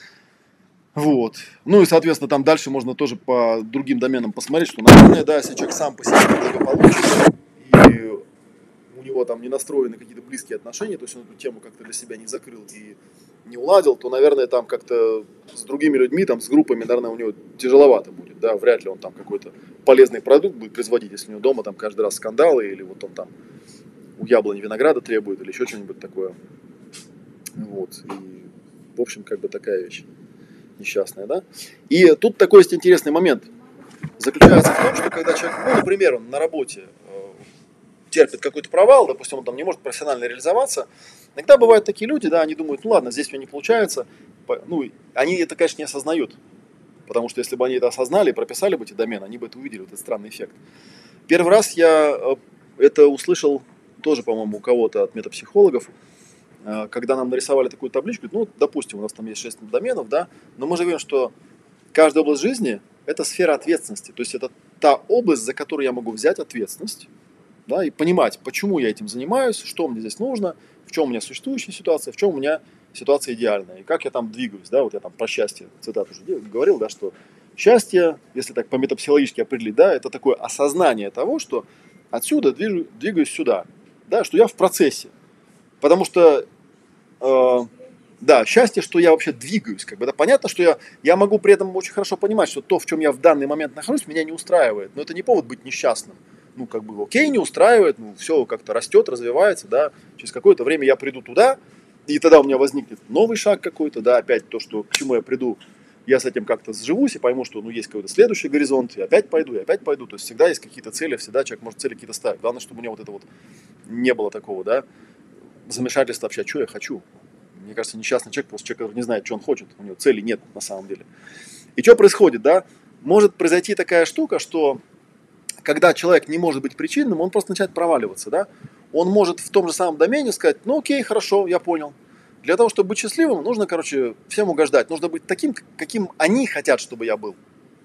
Вот. Ну и, соответственно, там дальше можно тоже по другим доменам посмотреть, что, наверное, да, если человек сам по себе благополучен, и у него там не настроены какие-то близкие отношения, то есть он эту тему как-то для себя не закрыл и не уладил, то, наверное, там как-то с другими людьми, там, с группами, наверное, у него тяжеловато будет, да, вряд ли он там какой-то полезный продукт будет производить, если у него дома там каждый раз скандалы, или вот он там у яблони винограда требует, или еще что-нибудь такое. Вот. И, в общем, как бы такая вещь несчастная, да. И тут такой есть интересный момент. Заключается в том, что когда человек, ну, например, он на работе э, терпит какой-то провал, допустим, он там не может профессионально реализоваться, иногда бывают такие люди, да, они думают, ну ладно, здесь у меня не получается, ну, они это, конечно, не осознают, потому что если бы они это осознали, прописали бы эти домены, они бы это увидели, вот этот странный эффект. Первый раз я э, это услышал тоже, по-моему, у кого-то от метапсихологов, когда нам нарисовали такую табличку, ну, допустим, у нас там есть шесть доменов, да, но мы же говорим, что каждая область жизни – это сфера ответственности, то есть это та область, за которую я могу взять ответственность, да, и понимать, почему я этим занимаюсь, что мне здесь нужно, в чем у меня существующая ситуация, в чем у меня ситуация идеальная, и как я там двигаюсь, да, вот я там про счастье, цитату уже говорил, да, что счастье, если так по-метапсихологически определить, да, это такое осознание того, что отсюда движу, двигаюсь сюда, да, что я в процессе. Потому что, э, да, счастье, что я вообще двигаюсь. Как бы, да, понятно, что я, я могу при этом очень хорошо понимать, что то, в чем я в данный момент нахожусь, меня не устраивает. Но это не повод быть несчастным. Ну, как бы, окей, не устраивает, ну, все как-то растет, развивается, да. Через какое-то время я приду туда, и тогда у меня возникнет новый шаг какой-то, да, опять то, что, к чему я приду, я с этим как-то сживусь и пойму, что, ну, есть какой-то следующий горизонт, и опять пойду, и опять пойду. То есть всегда есть какие-то цели, всегда человек может цели какие-то ставить. Главное, чтобы у меня вот это вот не было такого, да, замешательство вообще, что я хочу. Мне кажется, несчастный человек, просто человек, который не знает, что он хочет, у него цели нет на самом деле. И что происходит, да? Может произойти такая штука, что когда человек не может быть причинным, он просто начинает проваливаться, да? Он может в том же самом домене сказать, ну окей, хорошо, я понял. Для того, чтобы быть счастливым, нужно, короче, всем угождать. Нужно быть таким, каким они хотят, чтобы я был.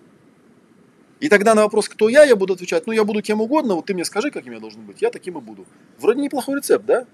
И тогда на вопрос, кто я, я буду отвечать, ну я буду кем угодно, вот ты мне скажи, каким я должен быть, я таким и буду. Вроде неплохой рецепт, да?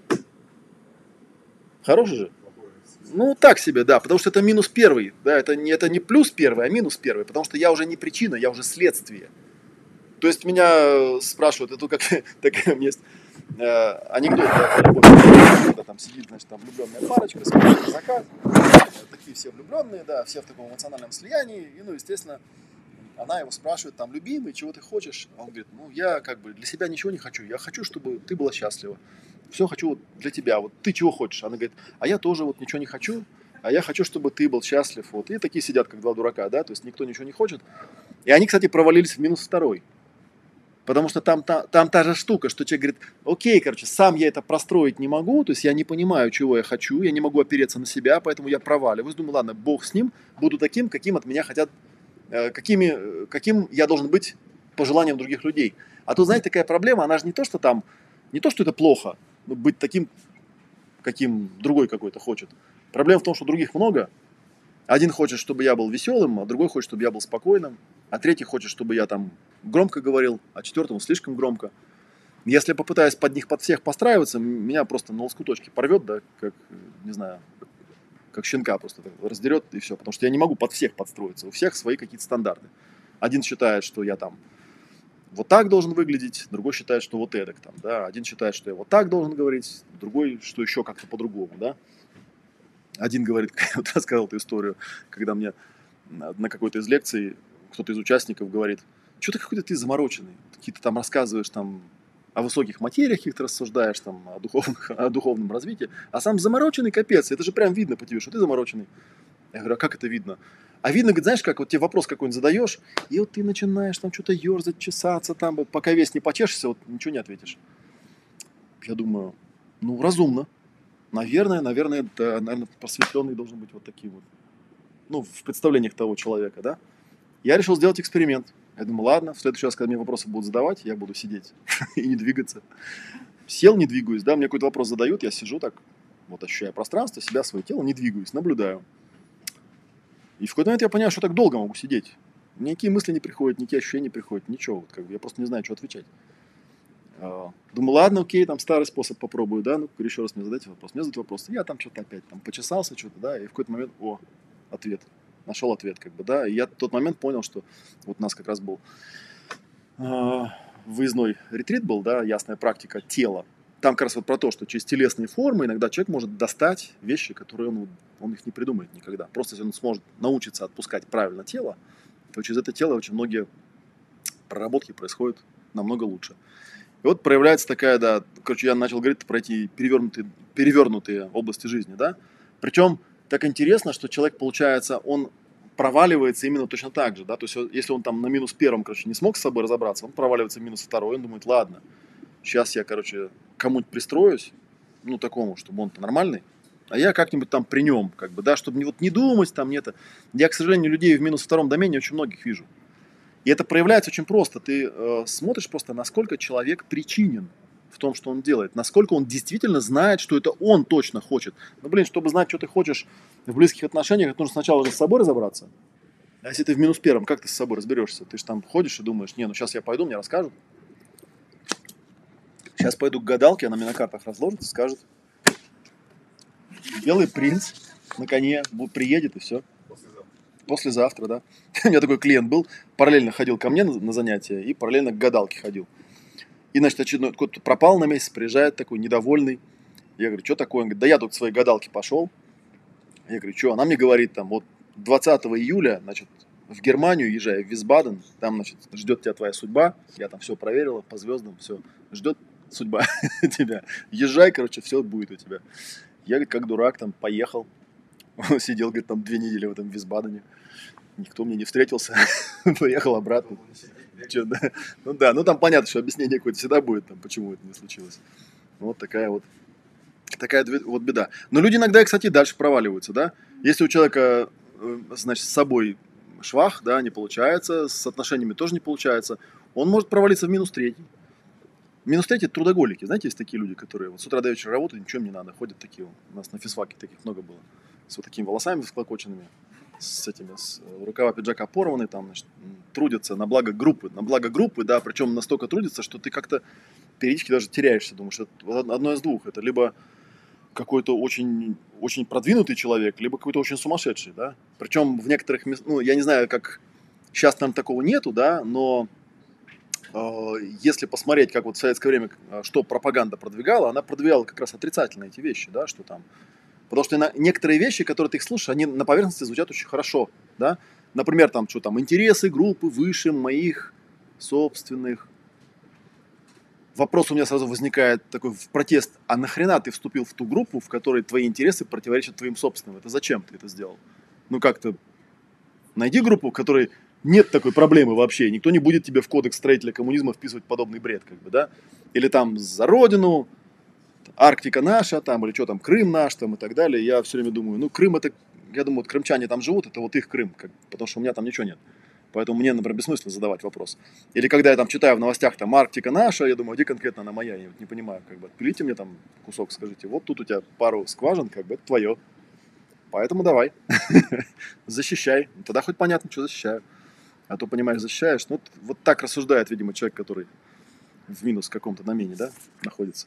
Хороший же? Ну, так себе, да, потому что это минус первый, да, это не, это не плюс первый, а минус первый, потому что я уже не причина, я уже следствие. То есть меня спрашивают, это как такая у меня есть э, анекдот, да, про любовь, когда там сидит, значит, там влюбленная парочка, смотрит на закат, такие все влюбленные, да, все в таком эмоциональном слиянии, и, ну, естественно, она его спрашивает, там, любимый, чего ты хочешь? Он говорит, ну, я как бы для себя ничего не хочу, я хочу, чтобы ты была счастлива. Все хочу вот для тебя, вот ты чего хочешь? Она говорит, а я тоже вот ничего не хочу, а я хочу, чтобы ты был счастлив. Вот. И такие сидят, как два дурака, да, то есть никто ничего не хочет. И они, кстати, провалились в минус второй. Потому что там, там, там та же штука, что человек говорит, окей, короче, сам я это простроить не могу, то есть я не понимаю, чего я хочу, я не могу опереться на себя, поэтому я проваливаюсь. Думаю, ладно, бог с ним, буду таким, каким от меня хотят, какими, каким я должен быть по желаниям других людей. А тут, знаете, такая проблема, она же не то, что там, не то, что это плохо, быть таким, каким другой какой-то хочет. Проблема в том, что других много. Один хочет, чтобы я был веселым, а другой хочет, чтобы я был спокойным, а третий хочет, чтобы я там громко говорил, а четвертому слишком громко. Если я попытаюсь под них, под всех подстраиваться, меня просто на лоскуточки порвет, да, как, не знаю, как щенка просто раздерет и все. Потому что я не могу под всех подстроиться. У всех свои какие-то стандарты. Один считает, что я там вот так должен выглядеть, другой считает, что вот эдак там, да. Один считает, что я вот так должен говорить, другой, что еще как-то по-другому, да. Один говорит, вот рассказал эту историю, когда мне на какой-то из лекций кто-то из участников говорит, что ты какой-то ты замороченный, какие-то там рассказываешь там о высоких материях каких-то рассуждаешь, там, о, духовных, о духовном развитии, а сам замороченный капец, это же прям видно по тебе, что ты замороченный. Я говорю, а как это видно? А видно, говорит, знаешь, как вот тебе вопрос какой-нибудь задаешь, и вот ты начинаешь там что-то ерзать, чесаться, там, пока весь не почешешься, вот ничего не ответишь. Я думаю, ну, разумно. Наверное, наверное, это, наверное, просветленный должен быть вот таким вот. Ну, в представлениях того человека, да. Я решил сделать эксперимент. Я думаю, ладно, в следующий раз, когда мне вопросы будут задавать, я буду сидеть и не двигаться. Сел, не двигаюсь, да, мне какой-то вопрос задают, я сижу так, вот ощущая пространство, себя, свое тело, не двигаюсь, наблюдаю. И в какой-то момент я понял, что так долго могу сидеть. Никакие мысли не приходят, никакие ощущения не приходят, ничего. Вот как бы я просто не знаю, что отвечать. Думаю, ладно, окей, там старый способ попробую, да, ну, еще раз мне задайте вопрос. Мне задают вопрос, я там что-то опять там почесался, что-то, да, и в какой-то момент, о, ответ. Нашел ответ, как бы, да, и я в тот момент понял, что вот у нас как раз был э, выездной ретрит был, да, ясная практика тела. Там как раз вот про то, что через телесные формы иногда человек может достать вещи, которые он, он их не придумает никогда. Просто если он сможет научиться отпускать правильно тело, то через это тело очень многие проработки происходят намного лучше. И вот проявляется такая, да, короче, я начал говорить про эти перевернутые, перевернутые области жизни, да. Причем так интересно, что человек, получается, он проваливается именно точно так же, да. То есть, если он там на минус первом, короче, не смог с собой разобраться, он проваливается в минус второй, он думает, ладно, сейчас я, короче, кому-нибудь пристроюсь, ну, такому, чтобы он-то нормальный, а я как-нибудь там при нем, как бы, да, чтобы не, вот, не думать там, нет. Я, к сожалению, людей в минус втором домене очень многих вижу. И это проявляется очень просто. Ты э, смотришь просто, насколько человек причинен в том, что он делает. Насколько он действительно знает, что это он точно хочет. Ну, блин, чтобы знать, что ты хочешь в близких отношениях, это нужно сначала же с собой разобраться. А если ты в минус первом, как ты с собой разберешься? Ты же там ходишь и думаешь, не, ну сейчас я пойду, мне расскажут. Сейчас пойду к гадалке, она мне на картах разложит и скажет. Белый принц на коне приедет и все. Послезавтра, да. У меня такой клиент был, параллельно ходил ко мне на, на занятия и параллельно к гадалке ходил. И, значит, очередной кто-то пропал на месяц, приезжает такой недовольный. Я говорю, что такое? Он говорит, да я тут к своей гадалке пошел. Я говорю, что? Она мне говорит, там, вот двадцатого июля, значит, в Германию езжай, в Висбаден, там, значит, ждет тебя твоя судьба. Я там все проверила по звездам, все, ждет судьба тебя. Езжай, короче, все будет у тебя. Я, говорит, как дурак, там, поехал. Он сидел, говорит, там две недели в этом Висбадене. Никто мне не встретился. Поехал обратно. Че, да? Ну да, ну там понятно, что объяснение какое-то всегда будет, там, почему это не случилось. Вот такая вот, такая вот беда. Но люди иногда, кстати, дальше проваливаются, да. Если у человека, значит, с собой швах, да, не получается, с отношениями тоже не получается, он может провалиться в минус третий. Минус третий – это трудоголики. Знаете, есть такие люди, которые вот с утра до вечера работают, ничего им не надо, ходят такие. У нас на физфаке таких много было. С вот такими волосами всклокоченными, с этими, с рукава пиджака порваны, там, значит, трудятся на благо группы, на благо группы, да, причем настолько трудятся, что ты как-то периодически даже теряешься, думаешь, это одно из двух, это либо какой-то очень, очень продвинутый человек, либо какой-то очень сумасшедший, да, причем в некоторых местах, ну, я не знаю, как, сейчас там такого нету, да, но э, если посмотреть, как вот в советское время, что пропаганда продвигала, она продвигала как раз отрицательно эти вещи, да, что там. Потому что некоторые вещи, которые ты их слушаешь, они на поверхности звучат очень хорошо, да. Например, там, что там, интересы группы выше моих собственных. Вопрос у меня сразу возникает такой в протест. А нахрена ты вступил в ту группу, в которой твои интересы противоречат твоим собственным? Это зачем ты это сделал? Ну как-то найди группу, в которой нет такой проблемы вообще. Никто не будет тебе в кодекс строителя коммунизма вписывать подобный бред, как бы, да. Или там за родину, Арктика наша, там, или что там, Крым наш, там, и так далее. Я все время думаю, ну, Крым это, я думаю, вот крымчане там живут, это вот их Крым, как, потому что у меня там ничего нет. Поэтому мне, например, бессмысленно задавать вопрос. Или когда я там читаю в новостях, там, Арктика наша, я думаю, где конкретно она моя, я вот не понимаю, как бы, отпилите мне там кусок, скажите, вот тут у тебя пару скважин, как бы, это твое. Поэтому давай, защищай. Тогда хоть понятно, что защищаю. А то, понимаешь, защищаешь. Ну, вот так рассуждает, видимо, человек, который в минус каком-то домене, да, находится.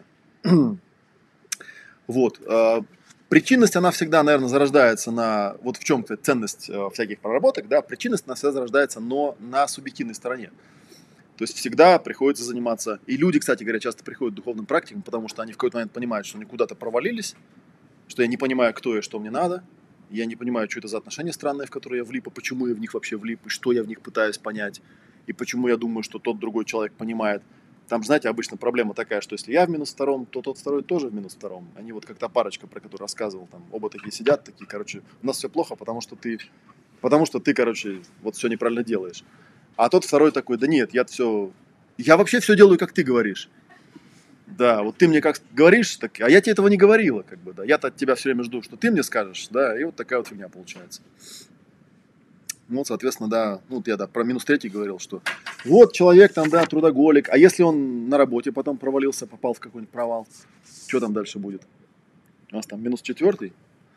Вот. Причинность, она всегда, наверное, зарождается на, вот в чем-то ценность всяких проработок, да, причинность, она всегда зарождается, но на субъективной стороне. То есть всегда приходится заниматься, и люди, кстати говоря, часто приходят к духовным практикам, потому что они в какой-то момент понимают, что они куда-то провалились, что я не понимаю, кто я, что мне надо, я не понимаю, что это за отношения странные, в которые я влип, и почему я в них вообще влип, и что я в них пытаюсь понять, и почему я думаю, что тот другой человек понимает. Там, знаете, обычно проблема такая, что если я в минус втором, то тот второй тоже в минус втором. Они вот как та парочка, про которую рассказывал, там оба такие сидят, такие, короче, у нас все плохо, потому что ты, потому что ты, короче, вот все неправильно делаешь. А тот второй такой, да нет, я все, я вообще все делаю, как ты говоришь. Да, вот ты мне как говоришь, так, а я тебе этого не говорила, как бы, да. Я-то от тебя все время жду, что ты мне скажешь, да, и вот такая вот фигня получается. Ну, вот, соответственно, да, ну, вот я, да, про минус третий говорил, что вот человек там, да, трудоголик, а если он на работе потом провалился, попал в какой-нибудь провал, что там дальше будет? У нас там минус четвертый.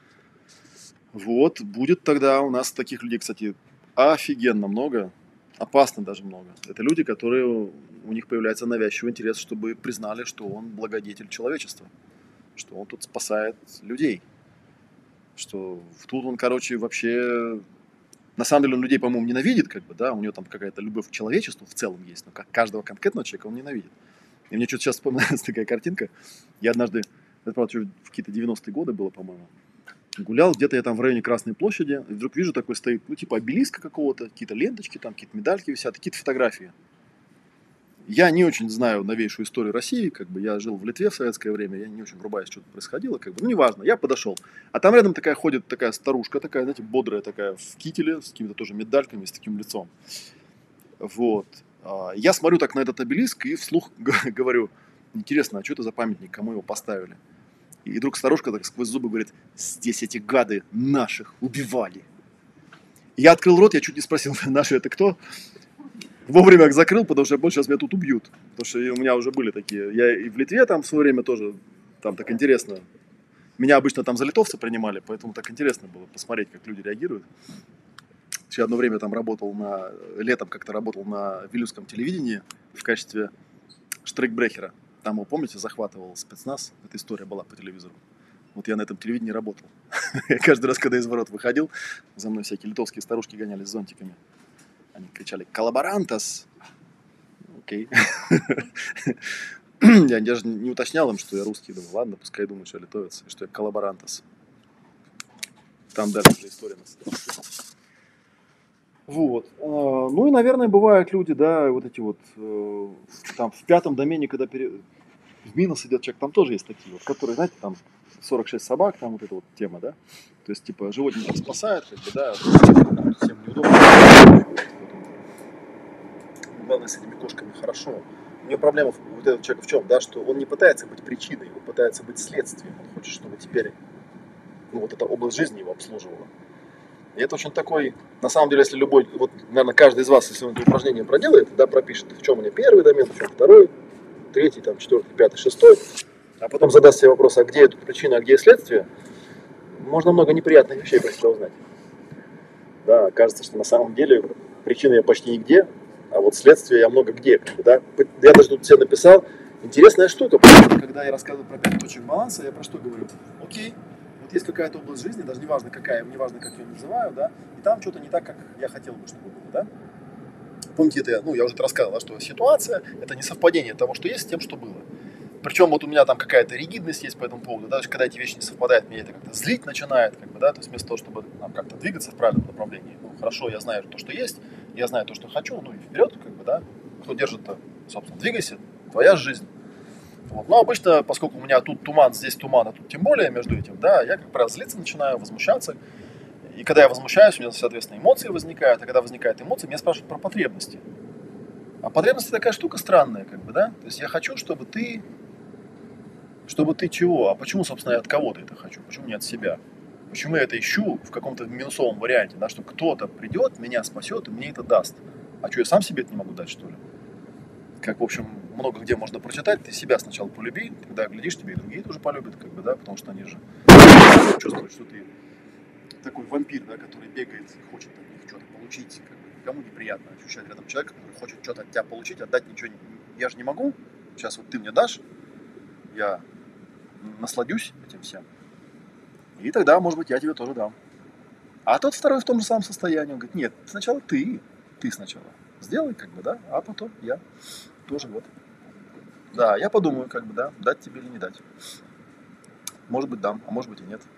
Вот, будет тогда у нас таких людей, кстати, офигенно много, опасно даже много. Это люди, которые, у них появляется навязчивый интерес, чтобы признали, что он благодетель человечества, что он тут спасает людей, что тут он, короче, вообще... На самом деле он людей, по-моему, ненавидит, как бы, да, у него там какая-то любовь к человечеству в целом есть, но как каждого конкретного человека он ненавидит. И мне что-то сейчас вспоминается такая картинка. Я однажды, это, правда, в какие-то девяностые годы было, по-моему, гулял, где-то я там в районе Красной площади, и вдруг вижу, такой стоит, ну, типа обелиска какого-то, какие-то ленточки, там какие-то медальки висят, какие-то фотографии. Я не очень знаю новейшую историю России, как бы я жил в Литве в советское время, я не очень врубаюсь, что тут происходило, как бы, ну, неважно, я подошел. А там рядом такая ходит такая старушка, такая, знаете, бодрая такая, в кителе, с какими-то тоже медальками, с таким лицом. Вот. Я смотрю так на этот обелиск и вслух говорю, интересно, а что это за памятник, кому его поставили? И вдруг старушка так сквозь зубы говорит, здесь эти гады наших убивали. Я открыл рот, я чуть не спросил, наши это кто? Вовремя их закрыл, потому что больше сейчас меня тут убьют. Потому что у меня уже были такие. Я и в Литве там в свое время тоже, там так интересно. Меня обычно там за литовца принимали, поэтому так интересно было посмотреть, как люди реагируют. Я одно время там работал на, летом как-то работал на вилюйском телевидении в качестве штрейкбрехера. Там, вы помните, захватывал спецназ. Эта история была по телевизору. Вот я на этом телевидении работал. Каждый раз, когда из ворот выходил, за мной всякие литовские старушки гонялись с зонтиками. Они кричали «Коллаборантас!» Окей. Я даже не уточнял им, что я русский. Думаю, ладно, пускай думают, что я литовец, и что я коллаборантас. Там дальше уже история нас. Вот. Ну и, наверное, бывают люди, да, вот эти вот, там в пятом домене, когда пере... в минус идет человек, там тоже есть такие вот, которые, знаете, там сорок шесть собак, там вот эта вот тема, да. То есть, типа, животных спасают, как бы, да, всем неудобно. Главное, с этими кошками хорошо. У него проблема вот этого человека в чем, да, что он не пытается быть причиной, он пытается быть следствием. Он хочет, чтобы теперь, ну, вот эта область жизни его обслуживала. И это очень такой, на самом деле, если любой, вот, наверное, каждый из вас, если он это упражнение проделает, да, пропишет, в чем у меня первый домен, в чем второй, третий, там, четвертый, пятый, шестой, а потом задаст себе вопрос, а где эта причина, а где следствие, можно много неприятных вещей про себя узнать. Да, кажется, что на самом деле причины я почти нигде, а вот следствие я много где. Да? Я даже тут себе написал, интересная штука, потому что когда я рассказываю про пять точек баланса, я про что говорю? Окей, вот есть какая-то область жизни, даже неважно какая, неважно как я ее называю, да, и там что-то не так, как я хотел бы, чтобы было, да. Помните, это, ну, я уже рассказывал, да, что ситуация – это не совпадение того, что есть, с тем, что было. Причем вот у меня там какая-то ригидность есть по этому поводу, даже когда эти вещи не совпадают, меня это как-то злить начинает, как бы, да, то есть вместо того, чтобы нам как-то двигаться в правильном направлении, ну, хорошо, я знаю то, что есть, я знаю то, что хочу, ну, и вперед, как бы, да, кто держит-то, собственно, двигайся, твоя жизнь. Вот. Но обычно, поскольку у меня тут туман, здесь туман, а тут тем более между этим, да, я, как правило, злиться начинаю, возмущаться, и когда я возмущаюсь, у меня, соответственно, эмоции возникают, а когда возникают эмоции, меня спрашивают про потребности. А потребности такая штука странная, как бы, да, то есть я хочу, чтобы ты... Чтобы ты чего? А почему, собственно, я от кого-то это хочу? Почему не от себя? Почему я это ищу в каком-то минусовом варианте, да, что кто-то придет, меня спасет и мне это даст? А что, я сам себе это не могу дать, что ли? Как, в общем, много где можно прочитать, ты себя сначала полюби, тогда, глядишь, тебе и другие тоже полюбят, как бы, да, потому что они же чувствуют, что ты такой вампир, да, который бегает и хочет от них что-то получить, как бы, никому неприятно ощущать рядом человека, который хочет что-то от тебя получить, отдать ничего я же не могу, сейчас вот ты мне дашь, я насладюсь этим всем, и тогда, может быть, я тебе тоже дам. А тот второй в том же самом состоянии, он говорит, нет, сначала ты, ты сначала сделай, как бы, да, а потом я тоже вот. Да, я подумаю, как бы, да, дать тебе или не дать. Может быть, дам, а может быть и нет.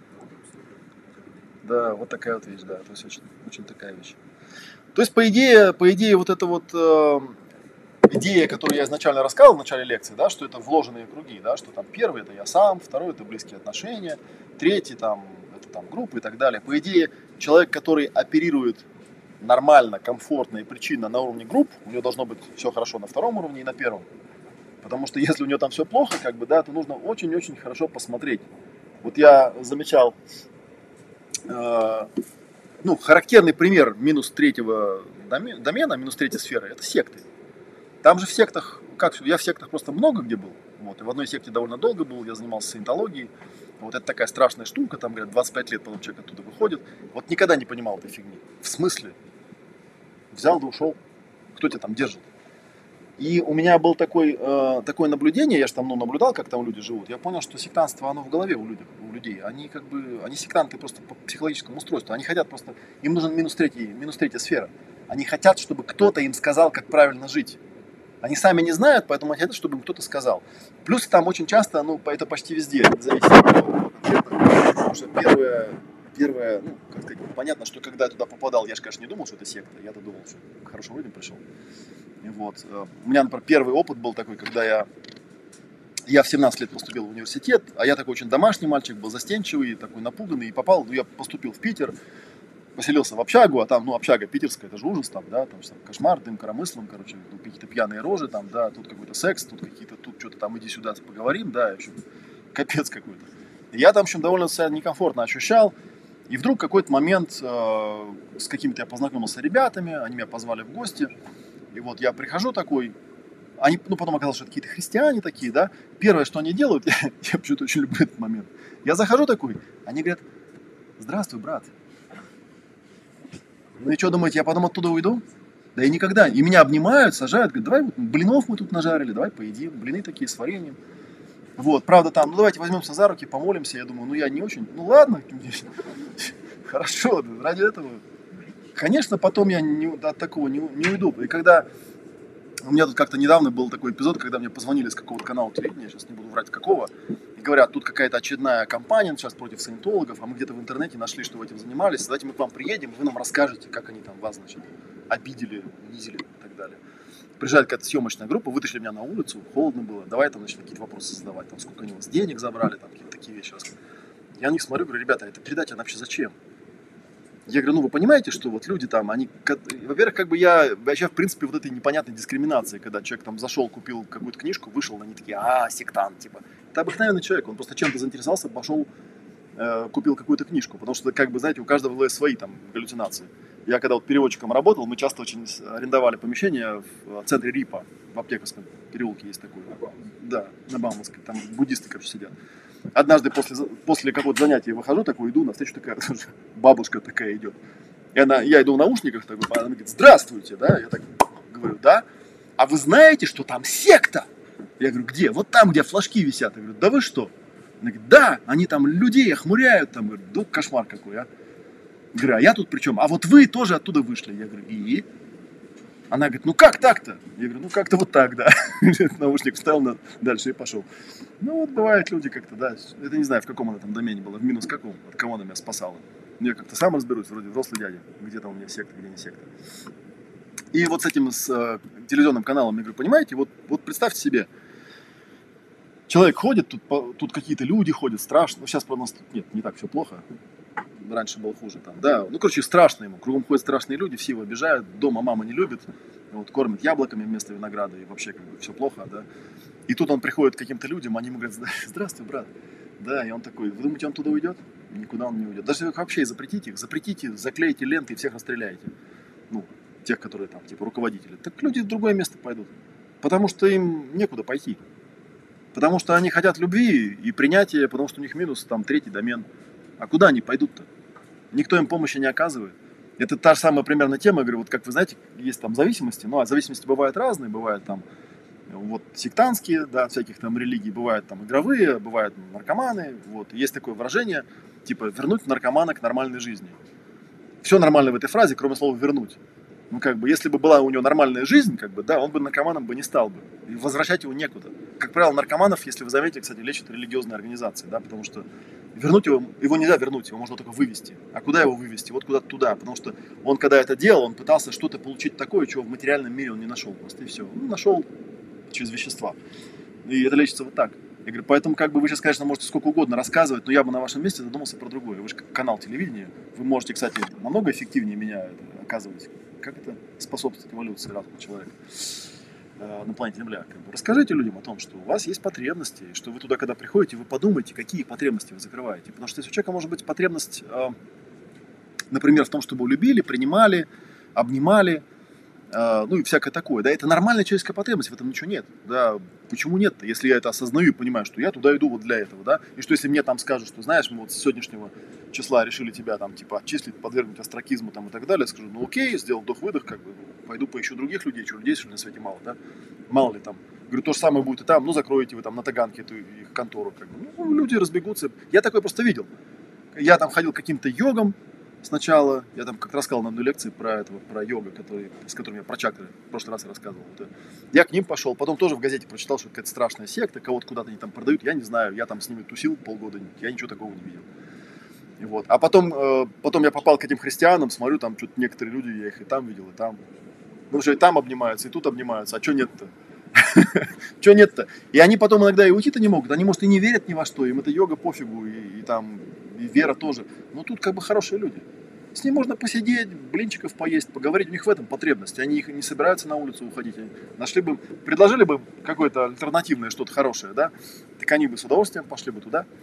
Да, вот такая вот вещь, да, то есть очень, очень такая вещь. То есть, по идее, по идее, вот эта вот э, идея, которую я изначально рассказывал в начале лекции, да, что это вложенные круги, да, что там первый это я сам, второй это близкие отношения, третий там это там группы и так далее. По идее, человек, который оперирует нормально, комфортно и причинно на уровне групп, у него должно быть все хорошо на втором уровне и на первом. Потому что если у него там все плохо, как бы, да, то нужно очень-очень хорошо посмотреть. Вот я замечал, э, ну, характерный пример минус третьего домена, минус третьей сферы, это секты. Там же в сектах, как, я в сектах просто много где был, вот, и в одной секте довольно долго был, я занимался саентологией, вот это такая страшная штука, там, говорят, двадцать пять лет потом человек оттуда выходит, вот никогда не понимал этой фигни. В смысле? Взял да ушел, кто тебя там держит? И у меня было такой, э, такое наблюдение, я же там ну, наблюдал, как там люди живут. Я понял, что сектантство, оно в голове у людей. У людей. Они как бы, они сектанты просто по психологическому устройству. Они хотят просто, им нужен минус, третий, минус третья сфера. Они хотят, чтобы кто-то им сказал, как правильно жить. Они сами не знают, поэтому они хотят, чтобы им кто-то сказал. Плюс там очень часто, ну, это почти везде, независимо от того, конкретно. Потому что первое, первое, ну, как сказать, понятно, что когда я туда попадал, я же, конечно, не думал, что это секта. Я-то думал, что к хорошим людям пришел. И вот. У меня, например, первый опыт был такой, когда я, я в семнадцать лет поступил в университет, а я такой очень домашний мальчик, был застенчивый, такой напуганный, и попал, ну, я поступил в Питер, поселился в общагу, а там, ну, общага питерская, это же ужас там, да, там, там кошмар, дым коромыслом, короче, ну, какие-то пьяные рожи там, да, тут какой-то секс, тут какие-то, тут что-то там, иди сюда, поговорим, да, в общем, капец какой-то. И я там, в общем, довольно себя некомфортно ощущал, и вдруг в какой-то момент э, с какими-то я познакомился с ребятами, они меня позвали в гости. И вот я прихожу такой, они, ну, потом оказалось, что это какие-то христиане такие, да. Первое, что они делают, я, я почему-то очень люблю этот момент. Я захожу такой, они говорят, здравствуй, брат. Ну и что, думаете, я потом оттуда уйду? Да и никогда. И меня обнимают, сажают, говорят, давай, вот, блинов мы тут нажарили, давай поедим. Блины такие с вареньем. Вот, правда там, ну давайте возьмемся за руки, помолимся. Я думаю, ну я не очень, ну ладно, хорошо, ради этого. Конечно, потом я не, от такого не, не уйду. И когда у меня тут как-то недавно был такой эпизод, когда мне позвонили с какого-то канала телевидения, сейчас не буду врать какого, и говорят, тут какая-то очередная кампания сейчас против саентологов, а мы где-то в интернете нашли, что вы этим занимались, давайте мы к вам приедем, вы нам расскажете, как они там вас, значит, обидели, унизили и так далее. Приезжает какая-то съемочная группа, вытащили меня на улицу, холодно было, давай там, значит, какие-то вопросы задавать, там, сколько они у вас денег забрали, там, какие-то такие вещи. Я на них смотрю, говорю, ребята, эта передача, она вообще зачем? Я говорю, ну вы понимаете, что вот люди там, они, во-первых, как бы я вообще, в принципе, вот этой непонятной дискриминации, когда человек там зашел, купил какую-то книжку, вышел, они такие, а, сектант, типа. Это обыкновенный человек, он просто чем-то заинтересовался, пошел, э, купил какую-то книжку, потому что, как бы, знаете, у каждого свои там галлюцинации. Я когда вот переводчиком работал, мы часто очень арендовали помещение в центре РИПа, в Аптекарском переулке есть такой, да, на Бауманской, там буддисты, короче, сидят. Однажды после, после какого-то занятия выхожу, такой иду, навстречу такая бабушка такая идет. И она, я иду в наушниках, такой, она говорит, здравствуйте, да, я так говорю, да, а вы знаете, что там секта? Я говорю, где? Вот там, где флажки висят. Я говорю, да вы что? Она говорит, да, они там людей охмуряют, там, говорю, да кошмар какой, а. Я говорю, а я тут при чем? А вот вы тоже оттуда вышли. Я говорю, и? Она говорит, ну как так-то? Я говорю, ну как-то вот так, да. Наушник вставил дальше и пошел. Ну вот бывают люди как-то, да. Это не знаю, в каком она там домене была, в минус каком, от кого она меня спасала. Я как-то сам разберусь, вроде взрослый дядя. Где там у меня секта, где не секта. И вот с этим, с э, телевизионным каналом, я говорю, понимаете, вот, вот представьте себе, человек ходит, тут, по, тут какие-то люди ходят, страшно. Ну сейчас, правда, у нас тут нет, не так все плохо. Раньше было хуже там, да. Ну, короче, страшно ему. Кругом ходят страшные люди, все его обижают. Дома мама не любит. Вот, кормит яблоками вместо винограда. И вообще, как бы, все плохо, да. И тут он приходит к каким-то людям, они ему говорят, здравствуй, брат. Да, и он такой, вы думаете, он туда уйдет? Никуда он не уйдет. Даже вы вообще запретите их, запретите, заклеите ленты и всех расстреляете. Ну, тех, которые там, типа, руководители. Так люди в другое место пойдут. Потому что им некуда пойти. Потому что они хотят любви и принятия, потому что у них минус, там, третий домен. А куда они пойдут-то? Никто им помощи не оказывает. Это та же самая примерно тема. Я говорю, вот как вы знаете, есть там зависимости. Ну, а зависимости бывают разные. Бывают там Вот сектантские, да, всяких там религий, бывают там игровые, бывают наркоманы, вот. Есть такое выражение, типа, вернуть наркомана к нормальной жизни. Все нормально в этой фразе, кроме слова «вернуть». Ну, как бы, если бы была у него нормальная жизнь, как бы, да, он бы наркоманом бы не стал бы. И возвращать его некуда. Как правило, наркоманов, если вы заметите, кстати, лечат религиозные организации, да, потому что вернуть его, его нельзя вернуть, его можно только вывести. А куда его вывести? Вот куда-то туда. Потому что он, когда это делал, он пытался что-то получить такое, чего в материальном мире он не нашел. Просто и все. Он нашел через вещества. И это лечится вот так. Я говорю, поэтому как бы вы сейчас, конечно, можете сколько угодно рассказывать, но я бы на вашем месте задумался про другое. Вы же канал телевидения, вы можете, кстати, намного эффективнее меня оказывать. Как это способствует эволюции разума человека э, на планете Земля? Как бы расскажите людям о том, что у вас есть потребности, что вы туда, когда приходите, вы подумайте, какие потребности вы закрываете. Потому что если у человека может быть потребность, э, например, в том, чтобы его любили, принимали, обнимали, Uh, ну и всякое такое, да, это нормальная человеческая потребность, в этом ничего нет, да, почему нет-то, если я это осознаю и понимаю, что я туда иду вот для этого, да, и что если мне там скажут, что, знаешь, мы вот с сегодняшнего числа решили тебя там, типа, отчислить, подвергнуть остракизму там и так далее, я скажу, ну окей, сделал вдох-выдох, как бы, пойду поищу других людей, что людей, что ли, на свете мало, да, мало ли там, говорю, то же самое будет и там, ну закроете вы там на Таганке эту их контору, как бы, ну, люди разбегутся, я такое просто видел, я там ходил к каким-то йогам. Сначала, я там как рассказал на одной лекции про этого, про йога, который, с которым я про чакры в прошлый раз рассказывал. Вот, я к ним пошел, потом тоже в газете прочитал, что это какая-то страшная секта, кого-то куда-то они там продают, я не знаю, я там с ними тусил полгода, я ничего такого не видел. И вот. А потом, э, потом я попал к этим христианам, смотрю, там что-то некоторые люди, я их и там видел, и там. Ну что, и там обнимаются, и тут обнимаются, а что нет-то? Что нет-то? И они потом иногда и уйти-то не могут, они, может, и не верят ни во что, им это йога пофигу, и, и там, и вера тоже. Но тут как бы хорошие люди. С ним можно посидеть, блинчиков поесть, поговорить, у них в этом потребность. Они их не собираются на улицу уходить. Они нашли бы, предложили бы какое-то альтернативное что-то хорошее, да, так они бы с удовольствием пошли бы туда.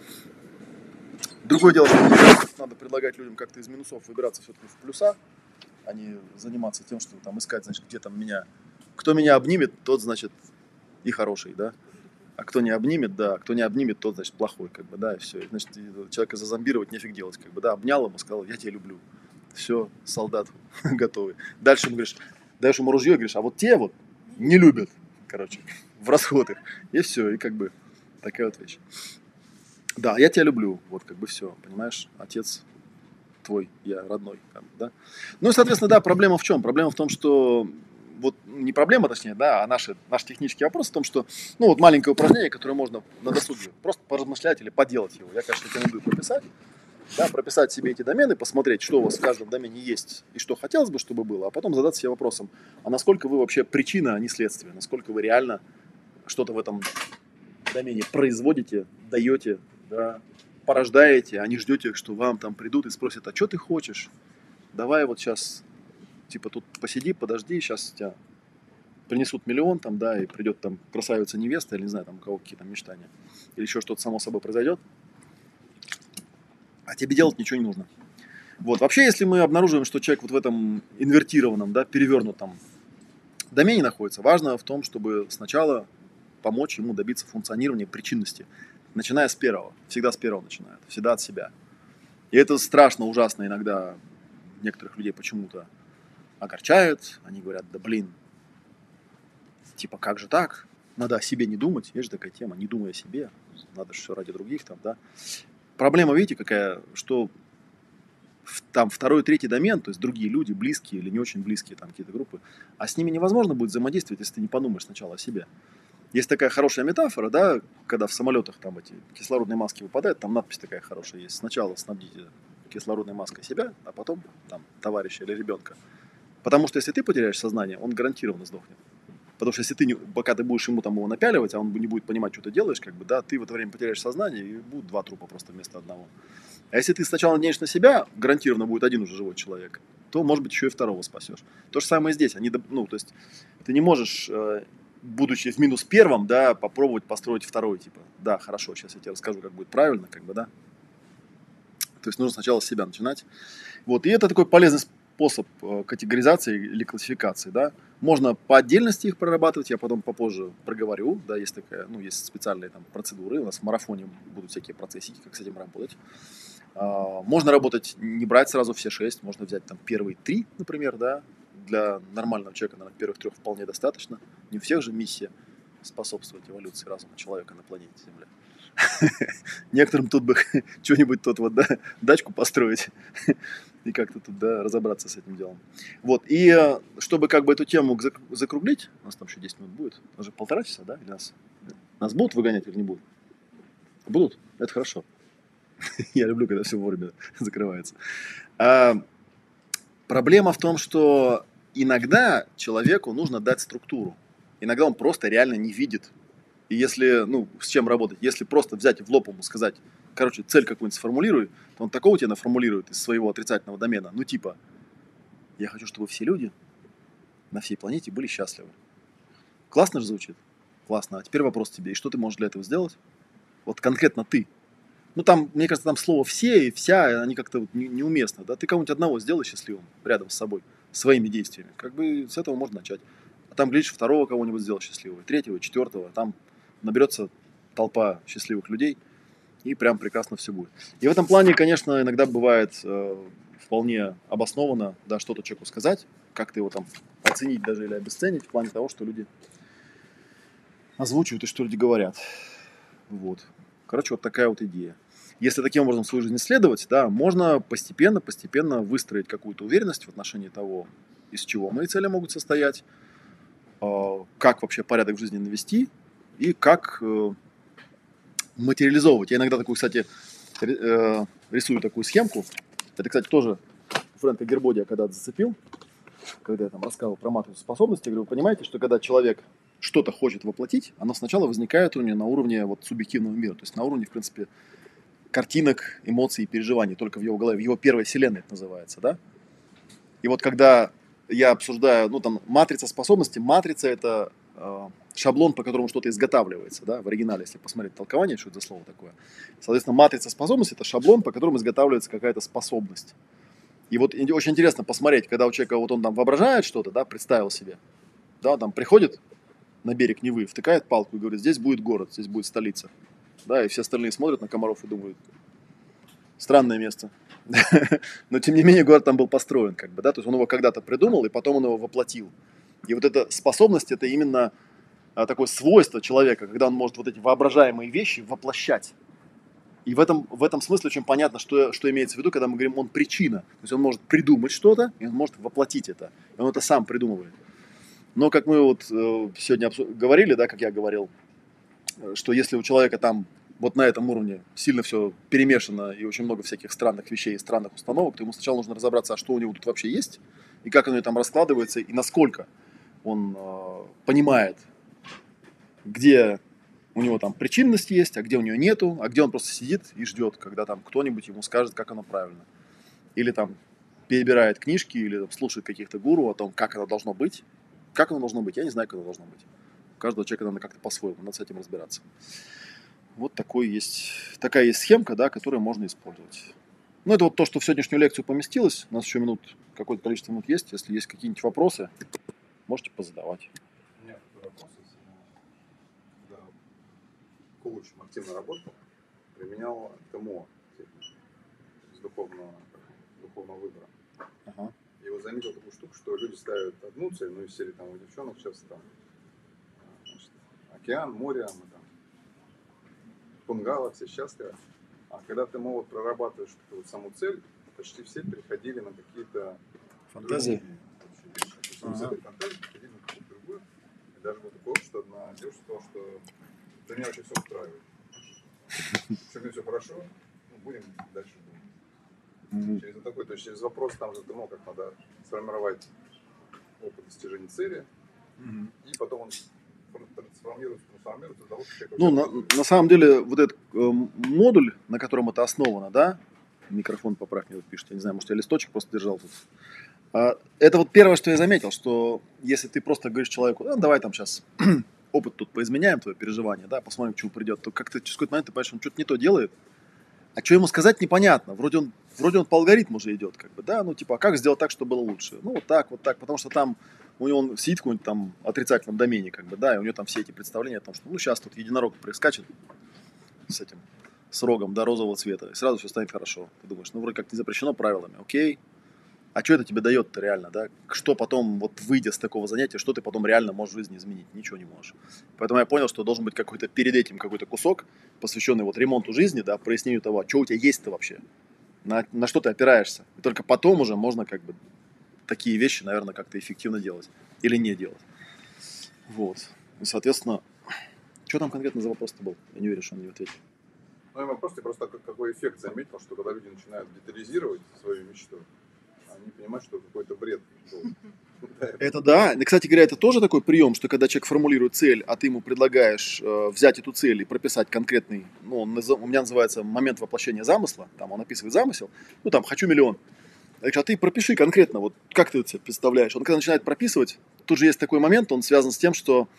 Другое дело, что надо предлагать людям как-то из минусов выбираться все-таки в плюса, а не заниматься тем, что там искать, значит, где там меня... Кто меня обнимет, тот, значит, и хороший, да. А кто не обнимет, да, кто не обнимет, тот, значит, плохой, как бы, да, и все. Значит, человека зазомбировать нефиг делать, как бы, да, обнял ему, сказал, я тебя люблю. Все, солдат готовый. Дальше ему говоришь, даешь ему ружье и говоришь, а вот те вот не любят, короче, в расход их. И все, и как бы такая вот вещь. Да, я тебя люблю, вот как бы все, понимаешь, отец твой, я родной, там, да. Ну и, соответственно, да, проблема в чем? Проблема в том, что вот не проблема, точнее, да, а наши, наш технический вопрос в том, что, ну, вот маленькое упражнение, которое можно на досуге просто поразмышлять или поделать его. Я, конечно, рекомендую прописать, да, прописать себе эти домены, посмотреть, что у вас в каждом домене есть и что хотелось бы, чтобы было, а потом задаться себе вопросом, а насколько вы вообще причина, а не следствие, насколько вы реально что-то в этом домене производите, даете, да, порождаете, а не ждете, что вам там придут и спросят, а что ты хочешь? Давай вот сейчас... Типа тут посиди, подожди, сейчас тебя принесут миллион, там, да, и придет там красавица невеста, или не знаю, там у кого какие там мечтания, или еще что-то само собой произойдет, а тебе делать ничего не нужно. Вот, вообще, если мы обнаруживаем, что человек вот в этом инвертированном, да, перевернутом домене находится, важно в том, чтобы сначала помочь ему добиться функционирования причинности, начиная с первого, всегда с первого начинают, всегда от себя. И это страшно, ужасно иногда некоторых людей почему-то огорчают, они говорят, да блин, типа как же так, надо о себе не думать, есть же такая тема, не думай о себе, надо же все ради других там, да. Проблема, видите, какая, что там второй, третий домен, то есть другие люди, близкие или не очень близкие, там какие-то группы, а с ними невозможно будет взаимодействовать, если ты не подумаешь сначала о себе. Есть такая хорошая метафора, да, когда в самолетах там эти кислородные маски выпадают, там надпись такая хорошая есть, сначала снабдите кислородной маской себя, а потом там товарища или ребенка. Потому что если ты потеряешь сознание, он гарантированно сдохнет. Потому что если ты, не, пока ты будешь ему там его напяливать, а он не будет понимать, что ты делаешь, как бы, да, ты в это время потеряешь сознание, и будут два трупа просто вместо одного. А если ты сначала надеешься на себя, гарантированно будет один уже живой человек, то, может быть, еще и второго спасешь. То же самое здесь. Они, ну, то есть, ты не можешь, будучи в минус первом, да, попробовать построить второй, типа, да, хорошо, сейчас я тебе расскажу, как будет правильно, как бы, да. То есть, нужно сначала с себя начинать. Вот, и это такой полезный способ категоризации или классификации, да. Можно по отдельности их прорабатывать, я потом попозже проговорю, да, есть такая, ну, есть специальные там процедуры, у нас в марафоне будут всякие процессики, как с этим работать. Можно работать, не брать сразу все шесть, можно взять там первые три, например, да, для нормального человека, наверное, первых трех вполне достаточно, не у всех же миссия способствовать эволюции разума человека на планете Земля. Некоторым тут бы что-нибудь тут вот, да, дачку построить и как-то тут, да, разобраться с этим делом. Вот, и чтобы как бы эту тему закруглить, у нас там еще десять минут будет, уже полтора часа, да, или нас, нас будут выгонять или не будут? Будут? Это хорошо. Я люблю, когда все вовремя закрывается. А, проблема в том, что иногда человеку нужно дать структуру. Иногда он просто реально не видит. И если, ну, с чем работать? Если просто взять и в лоб ему сказать, короче, цель какую-нибудь сформулируй, то он такого тебе наформулирует из своего отрицательного домена. Ну, типа, я хочу, чтобы все люди на всей планете были счастливы. Классно же звучит? Классно. А теперь вопрос тебе. И что ты можешь для этого сделать? Вот конкретно ты. Ну, там, мне кажется, там слово «все» и «вся», они как-то вот не, неуместно. Да? Ты кого-нибудь одного сделай счастливым рядом с собой, своими действиями. Как бы с этого можно начать. А там, глядишь, второго кого-нибудь сделал счастливого, третьего, четвертого. Там наберется толпа счастливых людей, и прям прекрасно все будет. И в этом плане, конечно, иногда бывает э, вполне обоснованно, да, что-то человеку сказать, как-то его там оценить даже или обесценить в плане того, что люди озвучивают и что люди говорят. Вот. Короче, вот такая вот идея. Если таким образом свою жизнь исследовать, да, можно постепенно, постепенно выстроить какую-то уверенность в отношении того, из чего мои цели могут состоять, э, как вообще порядок в жизни навести и как э, материализовывать. Я иногда такую, кстати, э, рисую такую схемку. Это, кстати, тоже Фрэнка Гербоди я когда-то зацепил, когда я там рассказывал про матрицу способностей. Я говорю, вы понимаете, что когда человек что-то хочет воплотить, оно сначала возникает у него на уровне вот субъективного мира, то есть на уровне, в принципе, картинок, эмоций и переживаний, только в его голове, в его первой вселенной это называется, да? И вот когда я обсуждаю, ну, там, матрица способностей, матрица – это э, шаблон, по которому что-то изготавливается, да, в оригинале, если посмотреть толкование, что это за слово такое. Соответственно, матрица способностей – это шаблон, по которому изготавливается какая-то способность. И вот очень интересно посмотреть, когда у человека, вот он там воображает что-то, да, представил себе, да, там приходит на берег Невы, втыкает палку и говорит, здесь будет город, здесь будет столица. Да, и все остальные смотрят на комаров и думают, странное место. Но, тем не менее, город там был построен, как бы, да, то есть он его когда-то придумал, и потом он его воплотил. И вот эта способность, это именно а, такое свойство человека, когда он может вот эти воображаемые вещи воплощать. И в этом, в этом смысле очень понятно, что, что имеется в виду, когда мы говорим, он причина. То есть он может придумать что-то, и он может воплотить это. И он это сам придумывает. Но, как мы вот э, сегодня говорили, да, как я говорил, что если у человека там вот на этом уровне сильно все перемешано и очень много всяких странных вещей и странных установок, то ему сначала нужно разобраться, а что у него тут вообще есть, и как оно там раскладывается, и насколько он э, понимает, где у него там причинность есть, а где у него нету, а где он просто сидит и ждет, когда там кто-нибудь ему скажет, как оно правильно. Или там перебирает книжки, или там, слушает каких-то гуру о том, как оно должно быть. Как оно должно быть? Я не знаю, как оно должно быть. У каждого человека надо как-то по-своему, надо с этим разбираться. Вот такой есть, такая есть схемка, да, которую можно использовать. Ну, это вот то, что в сегодняшнюю лекцию поместилось. У нас еще минут, какое-то количество минут есть. Если есть какие-нибудь вопросы, можете позадавать. У меня такой вопрос. Когда коучем активно работал, применял ТМО с духовного, духовного выбора. Ага. И вот заметил такую штуку, что люди ставят одну цель, ну, из серии там у девчонок сейчас там значит, океан, море, мы там Пунгала, все счастливы. А когда ты вот прорабатываешь вот саму цель, почти все переходили на какие-то фантазии. Вещи. Ага. С этой фантазии переходили на какую-то другую. И даже был такой опыт, что одна девушка сказала, что для меня вообще все устраивает. Что мне все хорошо, ну, будем дальше думать. Mm-hmm. Через вот такой, то есть через вопрос там же думал, как надо сформировать опыт достижения цели, mm-hmm. и потом он трансформируется, трансформируется до того, что человек... Ну, на, на самом деле, вот этот э, модуль, на котором это основано, да, микрофон поправь мне, вот пишет, я не знаю, может, я листочек просто держал тут. А, это вот первое, что я заметил, что если ты просто говоришь человеку, ну, давай там сейчас опыт тут поизменяем, твое переживание, да, посмотрим, к чему придет, то как-то через какой-то момент ты понимаешь, он что-то не то делает, а что ему сказать непонятно, вроде он, вроде он по алгоритму уже идет, как бы, да, ну, типа, а как сделать так, чтобы было лучше? Ну, вот так, вот так, потому что там у него он сидит в каком-нибудь там отрицательном домене, как бы, да, и у него там все эти представления о том, что, ну, сейчас тут единорог прискачет с этим, с рогом, да, розового цвета, и сразу все станет хорошо. Ты думаешь, ну, вроде как не запрещено правилами, окей. А что это тебе дает-то реально, да? Что потом, вот выйдя с такого занятия, что ты потом реально можешь в жизни изменить? Ничего не можешь. Поэтому я понял, что должен быть какой-то перед этим какой-то кусок, посвященный вот ремонту жизни, да, прояснению того, что у тебя есть-то вообще, на, на что ты опираешься. И только потом уже можно как бы такие вещи, наверное, как-то эффективно делать или не делать. Вот. И, соответственно, что там конкретно за вопрос-то был? Я не уверен, что он не ответил. Ну, я вопрос, я просто какой эффект заметил, что когда люди начинают детализировать свою мечту, они понимают, что какой-то бред был. Это да. И, кстати говоря, это тоже такой прием, что когда человек формулирует цель, а ты ему предлагаешь э, взять эту цель и прописать конкретный, ну, он, у меня называется момент воплощения замысла, там он описывает замысел, ну, там, хочу миллион. Я говорю, а ты пропиши конкретно, вот как ты это себе представляешь. Он когда начинает прописывать, тут же есть такой момент, он связан с тем, что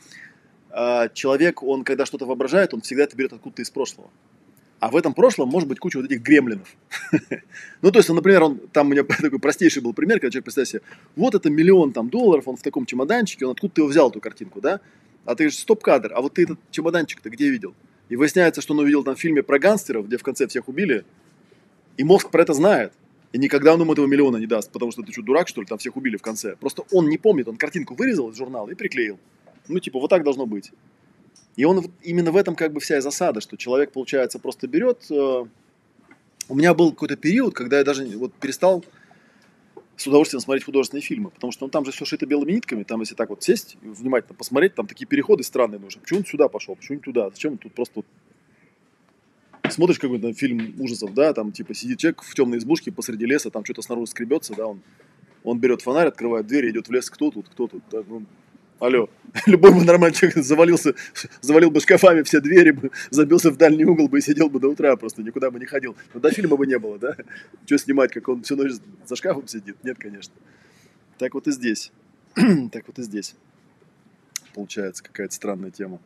э, человек, он когда что-то воображает, он всегда это берет откуда-то из прошлого. А в этом прошлом может быть куча вот этих гремлинов. Ну, то есть, например, он, там у меня такой простейший был пример, когда человек, представь себе, вот это миллион там долларов, он в таком чемоданчике, он откуда ты его взял, эту картинку, да? А ты говоришь, стоп-кадр, а вот ты этот чемоданчик-то где видел? И выясняется, что он увидел там в фильме про гангстеров, где в конце всех убили, и мозг про это знает. И никогда он ему этого миллиона не даст, потому что ты что, дурак, что ли, там всех убили в конце. Просто он не помнит, он картинку вырезал из журнала и приклеил. Ну, типа, вот так должно быть. И он именно в этом как бы вся и засада, что человек, получается, просто берет... Э, у меня был какой-то период, когда я даже вот перестал с удовольствием смотреть художественные фильмы, потому что ну, там же все шито белыми нитками, там если так вот сесть и внимательно посмотреть, там такие переходы странные нужны. Почему он сюда пошел, почему не туда, зачем тут просто... Вот... Смотришь какой-то фильм ужасов, да, там типа сидит человек в темной избушке посреди леса, там что-то снаружи скребется, да, он, он берет фонарь, открывает дверь, идет в лес, кто тут, кто тут, да, ну, алло, любой бы нормальный человек завалился, завалил бы шкафами все двери, бы, забился в дальний угол бы и сидел бы до утра, просто никуда бы не ходил. Но до фильма бы не было, да? Что снимать, как он всю ночь за шкафом сидит? Нет, конечно. Так вот и здесь. Так вот и здесь. Получается какая-то странная тема.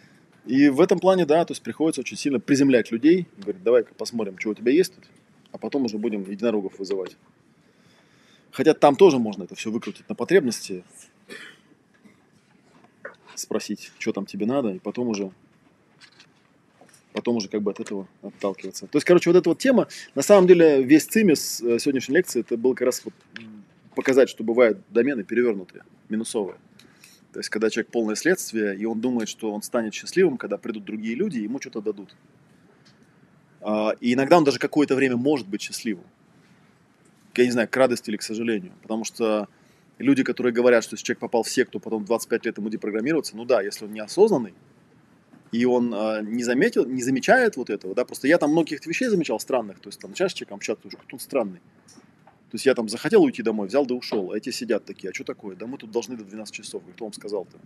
И в этом плане, да, то есть приходится очень сильно приземлять людей. Говорит, давай-ка посмотрим, что у тебя есть тут, а потом уже будем единорогов вызывать. Хотя там тоже можно это все выкрутить на потребности, спросить, что там тебе надо, и потом уже, потом уже как бы от этого отталкиваться. То есть, короче, вот эта вот тема, на самом деле, весь цимис сегодняшней лекции, это был как раз вот показать, что бывают домены перевернутые, минусовые. То есть, когда человек полное следствие, и он думает, что он станет счастливым, когда придут другие люди, и ему что-то дадут. И иногда он даже какое-то время может быть счастливым. Я не знаю, к радости или к сожалению. Потому что люди, которые говорят, что если человек попал в секту, потом двадцать пять лет ему депрограммироваться, ну да, если он неосознанный, и он э, не заметил, не замечает вот этого, да, просто я там многих вещей замечал странных, то есть там начинаешь с человеком общаться, что он странный. То есть я там захотел уйти домой, взял да ушел, а эти сидят такие, а что такое? Да мы тут должны до двенадцати часов. Кто вам сказал-то?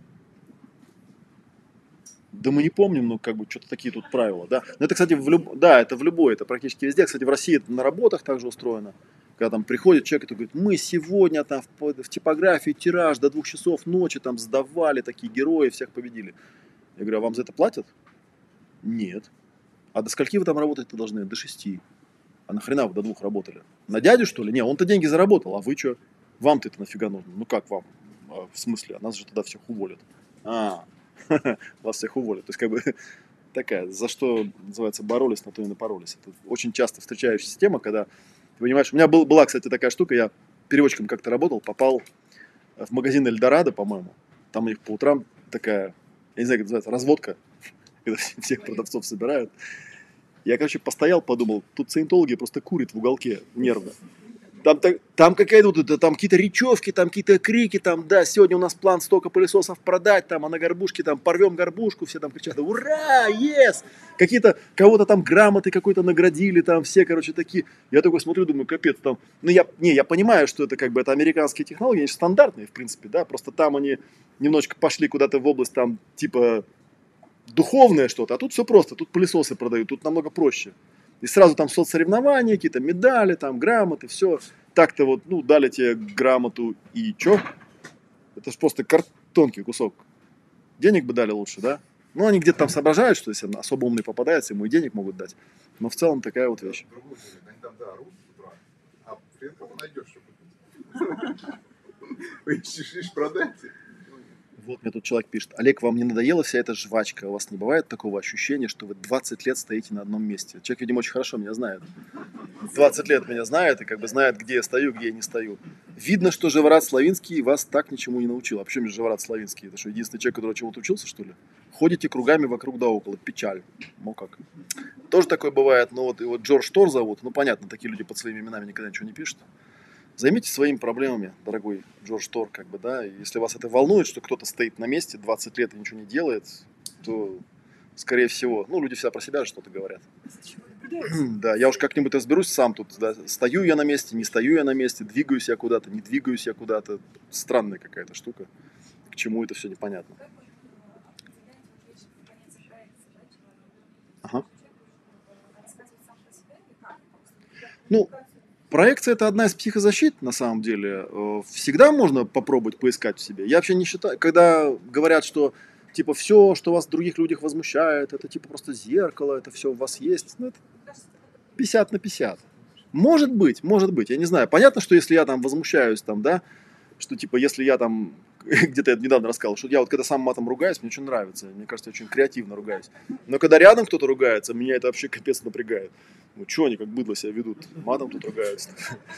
Да мы не помним, ну как бы что-то такие тут правила, да. Но это, кстати, в люб... да, это в любой, это практически везде. Кстати, в России это на работах также устроено. Когда там приходит человек и говорит, мы сегодня там в, в типографии тираж до двух часов ночи там сдавали, такие герои, всех победили. Я говорю, а вам за это платят? Нет. А до скольки вы там работать-то должны? До шести. А нахрена вы до двух работали? На дядю, что ли? Не, он-то деньги заработал, а вы что? Вам-то это нафига нужно? Ну как вам? В смысле? А нас же тогда всех уволят. А, вас всех уволят. То есть как бы такая, за что, называется, боролись, на то и напоролись. Это очень часто встречающаяся тема, когда ты понимаешь, у меня был, была, кстати, такая штука, я переводчиком как-то работал, попал в магазин Эльдорадо, по-моему. Там у них по утрам такая, я не знаю, как называется, разводка, когда всех продавцов собирают. Я, короче, постоял, подумал, тут саентологи просто курят в уголке нервно. Там, там какая-то вот, там какие-то речевки, там какие-то крики, там, да, сегодня у нас план столько пылесосов продать, там, а на горбушке, там, порвем горбушку, все там кричат, ура, yes! Какие-то, кого-то там грамоты какой-то наградили, там, все, короче, такие. Я такой смотрю, думаю, капец, там, ну, я, не, я понимаю, что это, как бы, это американские технологии, они же стандартные, в принципе, да, просто там они немножечко пошли куда-то в область, там, типа, духовное что-то, а тут все просто, тут пылесосы продают, тут намного проще. И сразу там соцсоревнования, какие-то медали, там, грамоты, все. Так-то вот, ну, дали тебе грамоту и чё? Это же просто картонкий кусок. Денег бы дали лучше, да? Ну, они где-то там соображают, что если особо умный попадается, ему и денег могут дать. Но в целом такая вот вещь. Они там, да, орут с утра, а хрен кого найдешь, что купить. Ищешь продать. Вот мне тут человек пишет, Олег, вам не надоела вся эта жвачка? У вас не бывает такого ощущения, что вы двадцать лет стоите на одном месте? Человек, видимо, очень хорошо меня знает. двадцать лет меня знает и как бы знает, где я стою, где я не стою. Видно, что Живорат Славинский вас так ничему не научил. А почему же Живорат Славинский? Это что, единственный человек, который чему-то учился, что ли? Ходите кругами вокруг да около. Печаль. Ну как? Тоже такое бывает. Ну вот его Джордж Тор зовут. Ну понятно, такие люди под своими именами никогда ничего не пишут. Займитесь своими проблемами, дорогой Джордж Тор, как бы, да. И если вас это волнует, что кто-то стоит на месте двадцать лет и ничего не делает, то, скорее всего, ну, люди всегда про себя что-то говорят. Да, я уж как-нибудь разберусь сам тут, да, стою я на месте, не стою я на месте, двигаюсь я куда-то, не двигаюсь я куда-то. Странная какая-то штука. К чему это все непонятно. Ага. Ну, проекция – это одна из психозащит, на самом деле. Всегда можно попробовать поискать в себе. Я вообще не считаю, когда говорят, что типа все, что вас в других людях возмущает, это типа просто зеркало, это все у вас есть. Ну, это пятьдесят на пятьдесят. Может быть, может быть, я не знаю. Понятно, что если я там возмущаюсь, там, да, что типа если я там, где-то я недавно рассказывал, что я вот когда сам матом ругаюсь, мне очень нравится. Мне кажется, я очень креативно ругаюсь. Но когда рядом кто-то ругается, меня это вообще капец напрягает. Ну, что они как быдло себя ведут? Матом тут ругаются.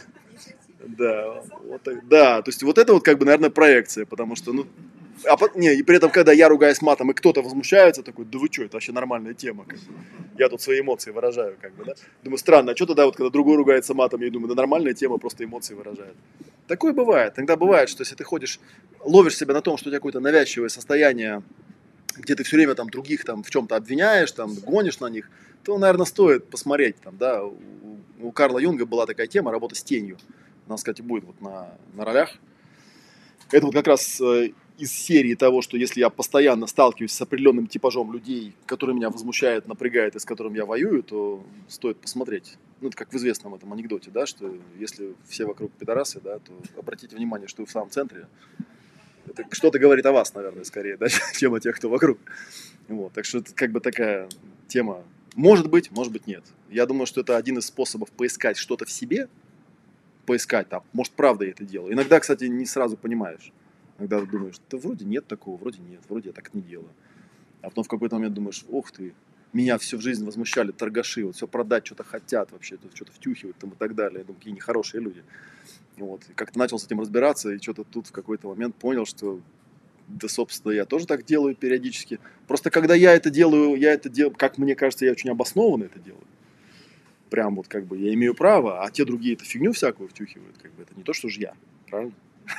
Да, вот так, да, то есть вот это вот как бы, наверное, проекция, потому что, ну, а, не, и при этом, когда я ругаюсь матом, и кто-то возмущается, такой, да вы что, это вообще нормальная тема, как бы. Я тут свои эмоции выражаю, как бы, да. Думаю, странно, а что тогда вот, когда другой ругается матом, я думаю, да нормальная тема, просто эмоции выражает. Такое бывает, иногда бывает, что если ты ходишь, ловишь себя на том, что у тебя какое-то навязчивое состояние, где ты все время там других там в чем-то обвиняешь, там гонишь на них, то, наверное, стоит посмотреть, там, да, у, у Карла Юнга была такая тема, работа с тенью. У нас, кстати, будет вот на, на ролях. Это вот как раз э, из серии того, что если я постоянно сталкиваюсь с определенным типажом людей, который меня возмущает, напрягает и с которым я воюю, то стоит посмотреть. Ну, это как в известном этом анекдоте, да, что если все вокруг пидорасы, да, то обратите внимание, что вы в самом центре. Это что-то говорит о вас, наверное, скорее, да, чем о тех, кто вокруг. Вот, так что это как бы такая тема. Может быть, может быть, нет. Я думаю, что это один из способов поискать что-то в себе, поискать там, может, правда я это делаю. Иногда, кстати, не сразу понимаешь. Иногда думаешь, да вроде нет такого, вроде нет, вроде я так не делаю. А потом в какой-то момент думаешь, ух ты, меня всю жизнь возмущали торгаши, вот все продать, что-то хотят вообще, тут что-то втюхивают там и так далее. Я думаю, какие нехорошие люди. Вот. И как-то начал с этим разбираться, и что-то тут в какой-то момент понял, что да, собственно, я тоже так делаю периодически. Просто когда я это делаю, я это делаю, как мне кажется, я очень обоснованно это делаю. Прям вот как бы я имею право, а те другие это фигню всякую втюхивают. Как бы это не то, что же я, правильно?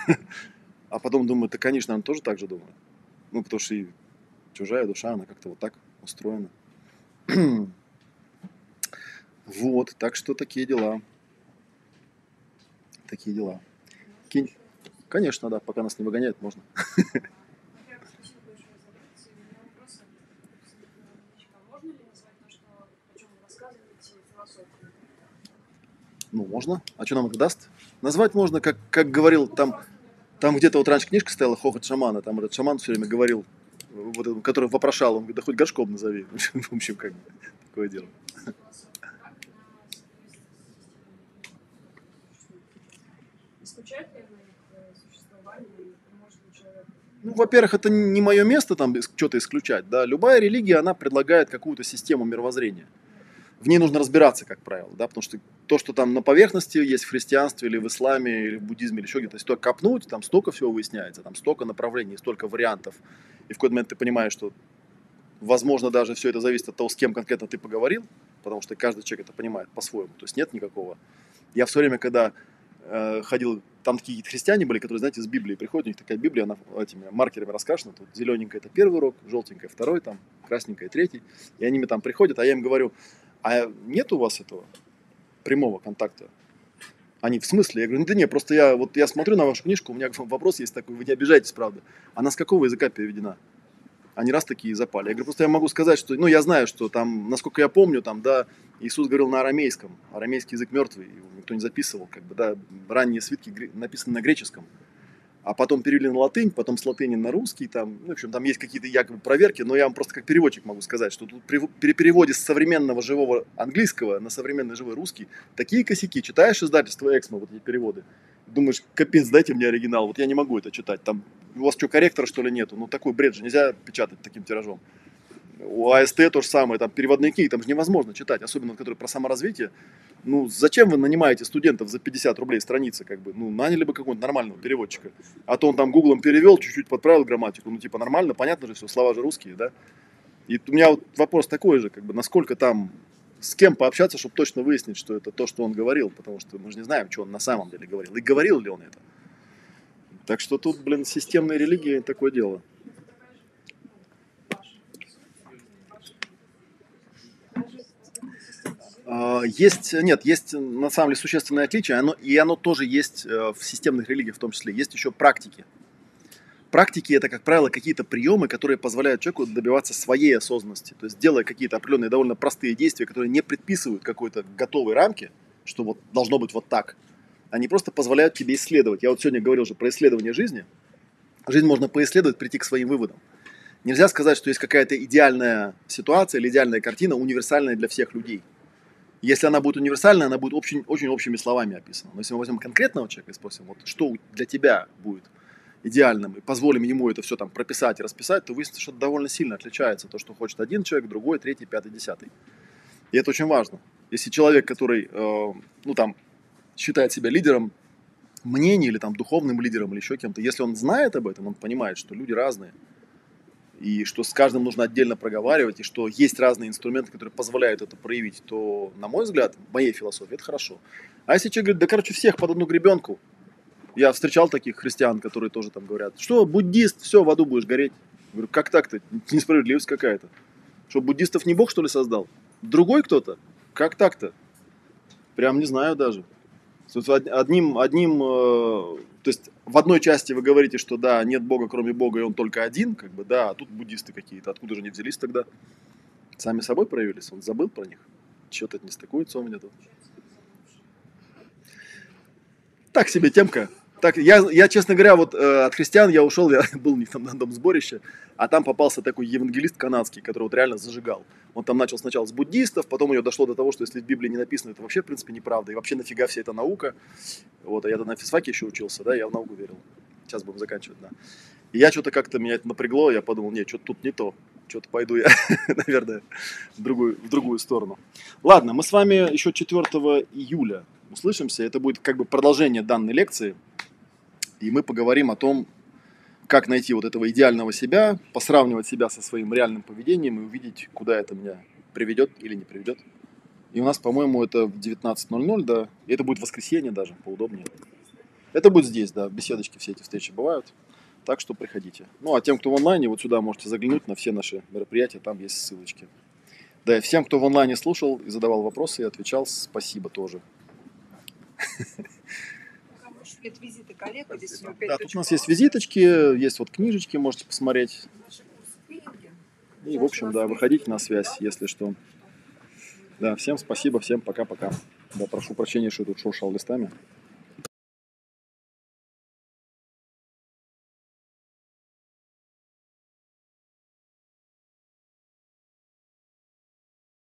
А потом думаю, да, конечно, она тоже так же думает. Ну, потому что и чужая душа, она как-то вот так устроена. Вот, так что такие дела. Такие дела. Кинь. Конечно, да, пока нас не выгоняют, можно. Ну, можно. А что нам это даст? Назвать можно, как, как говорил, там, там где-то вот раньше книжка стояла «Хохот шамана», там этот шаман все время говорил, вот, этот, который вопрошал, он говорит, да хоть горшком назови. В общем, как бы, такое дело. Ну, во-первых, это не мое место там что-то исключать, да. Любая религия, она предлагает какую-то систему мировоззрения. В ней нужно разбираться, как правило, да, потому что то, что там на поверхности есть в христианстве или в исламе, или в буддизме, или еще где-то, если только копнуть, там столько всего выясняется, там столько направлений, столько вариантов. И в какой-то момент ты понимаешь, что, возможно, даже все это зависит от того, с кем конкретно ты поговорил, потому что каждый человек это понимает по-своему, то есть нет никакого. Я все время, когда э, ходил, там такие христиане были, которые, знаете, с Библией приходят, у них такая Библия, она этими маркерами раскрашена, тут зелененькая это первый урок, желтенькая второй, там, красненькая третий, и они мне там приходят, а я им говорю, а нет у вас этого прямого контакта? Они, в смысле? Я говорю, ну да не, просто я, вот я смотрю на вашу книжку, у меня вопрос есть такой, вы не обижаетесь, правда. Она с какого языка переведена? Они раз такие запали. Я говорю, просто я могу сказать, что, ну, я знаю, что там, насколько я помню, там, да, Иисус говорил на арамейском. Арамейский язык мертвый, его никто не записывал, как бы, да, ранние свитки написаны на греческом. А потом перевели на латынь, потом с латыни на русский, там, ну, в общем, там есть какие-то якобы проверки, но я вам просто как переводчик могу сказать, что тут при, при переводе с современного живого английского на современный живой русский такие косяки. Читаешь издательство «Эксмо», вот эти переводы, думаешь, капец, дайте мне оригинал, вот я не могу это читать, там, у вас что, корректора, что ли, нету? Ну, такой бред же нельзя печатать таким тиражом. У АСТ то же самое, там, переводные книги, там же невозможно читать, особенно, которые про саморазвитие. Ну, зачем вы нанимаете студентов за пятьдесят рублей страницы, как бы? Ну, наняли бы какого-нибудь нормального переводчика. А то он там гуглом перевел, чуть-чуть подправил грамматику. Ну, типа, нормально, понятно же все, слова же русские, да? И у меня вот вопрос такой же, как бы, насколько там, с кем пообщаться, чтобы точно выяснить, что это то, что он говорил. Потому что мы же не знаем, что он на самом деле говорил. И говорил ли он это. Так что тут, блин, системная религия такое дело. Есть, нет, есть на самом деле существенное отличие, оно, и оно тоже есть в системных религиях в том числе. Есть еще практики. Практики – это, как правило, какие-то приемы, которые позволяют человеку добиваться своей осознанности. То есть, делая какие-то определенные довольно простые действия, которые не предписывают какой-то готовой рамки, что вот должно быть вот так. Они просто позволяют тебе исследовать. Я вот сегодня говорил уже про исследование жизни. Жизнь можно поисследовать, прийти к своим выводам. Нельзя сказать, что есть какая-то идеальная ситуация или идеальная картина, универсальная для всех людей. Если она будет универсальная, она будет очень, очень общими словами описана. Но если мы возьмем конкретного человека и спросим, вот, что для тебя будет идеальным, и позволим ему это все там прописать и расписать, то выяснится, что это довольно сильно отличается. То, что хочет один человек, другой, третий, пятый, десятый. И это очень важно. Если человек, который э, ну, там, считает себя лидером мнений, или там, духовным лидером, или еще кем-то, если он знает об этом, он понимает, что люди разные, и что с каждым нужно отдельно проговаривать, и что есть разные инструменты, которые позволяют это проявить, то, на мой взгляд, в моей философии это хорошо. А если человек говорит, да, короче, всех под одну гребенку, я встречал таких христиан, которые тоже там говорят, что буддист, все, в аду будешь гореть. Я говорю, как так-то? Несправедливость какая-то. Что, буддистов не Бог, что ли, создал? Другой кто-то? Как так-то? Прям не знаю даже. Одним, одним, э, то есть в одной части вы говорите, что да, нет Бога, кроме Бога, и он только один, как бы, да, а тут буддисты какие-то. Откуда же они взялись тогда? Сами собой проявились? Он забыл про них? Что-то не стыкуется у меня тут. Так себе темка. Так, я, я, честно говоря, вот э, от христиан я ушел, я был у них там на дом сборище, а там попался такой евангелист канадский, который вот реально зажигал. Он там начал сначала с буддистов, потом у него дошло до того, что если в Библии не написано, это вообще, в принципе, неправда. И вообще нафига вся эта наука. Вот, а я на физфаке еще учился, да, я в науку верил. Сейчас будем заканчивать, да. И я что-то как-то, меня это напрягло, я подумал, нет, что-то тут не то. Что-то пойду я, наверное, в другую, в другую сторону. Ладно, мы с вами еще четвёртого июля услышимся. Это будет как бы продолжение данной лекции. И мы поговорим о том, как найти вот этого идеального себя, посравнивать себя со своим реальным поведением и увидеть, куда это меня приведет или не приведет. И у нас, по-моему, это в девятнадцать ноль ноль, да. И это будет воскресенье даже, поудобнее. Это будет здесь, да, в беседочке все эти встречи бывают. Так что приходите. Ну, а тем, кто в онлайне, вот сюда можете заглянуть на все наши мероприятия, там есть ссылочки. Да, и всем, кто в онлайне слушал и задавал вопросы, и отвечал, спасибо тоже. Визиты коллег, да, тут у нас есть визиточки, есть вот книжечки, можете посмотреть. И, в общем, да, выходите на связь, если что. Да, всем спасибо, всем пока-пока. Да, прошу прощения, что я тут шуршал листами.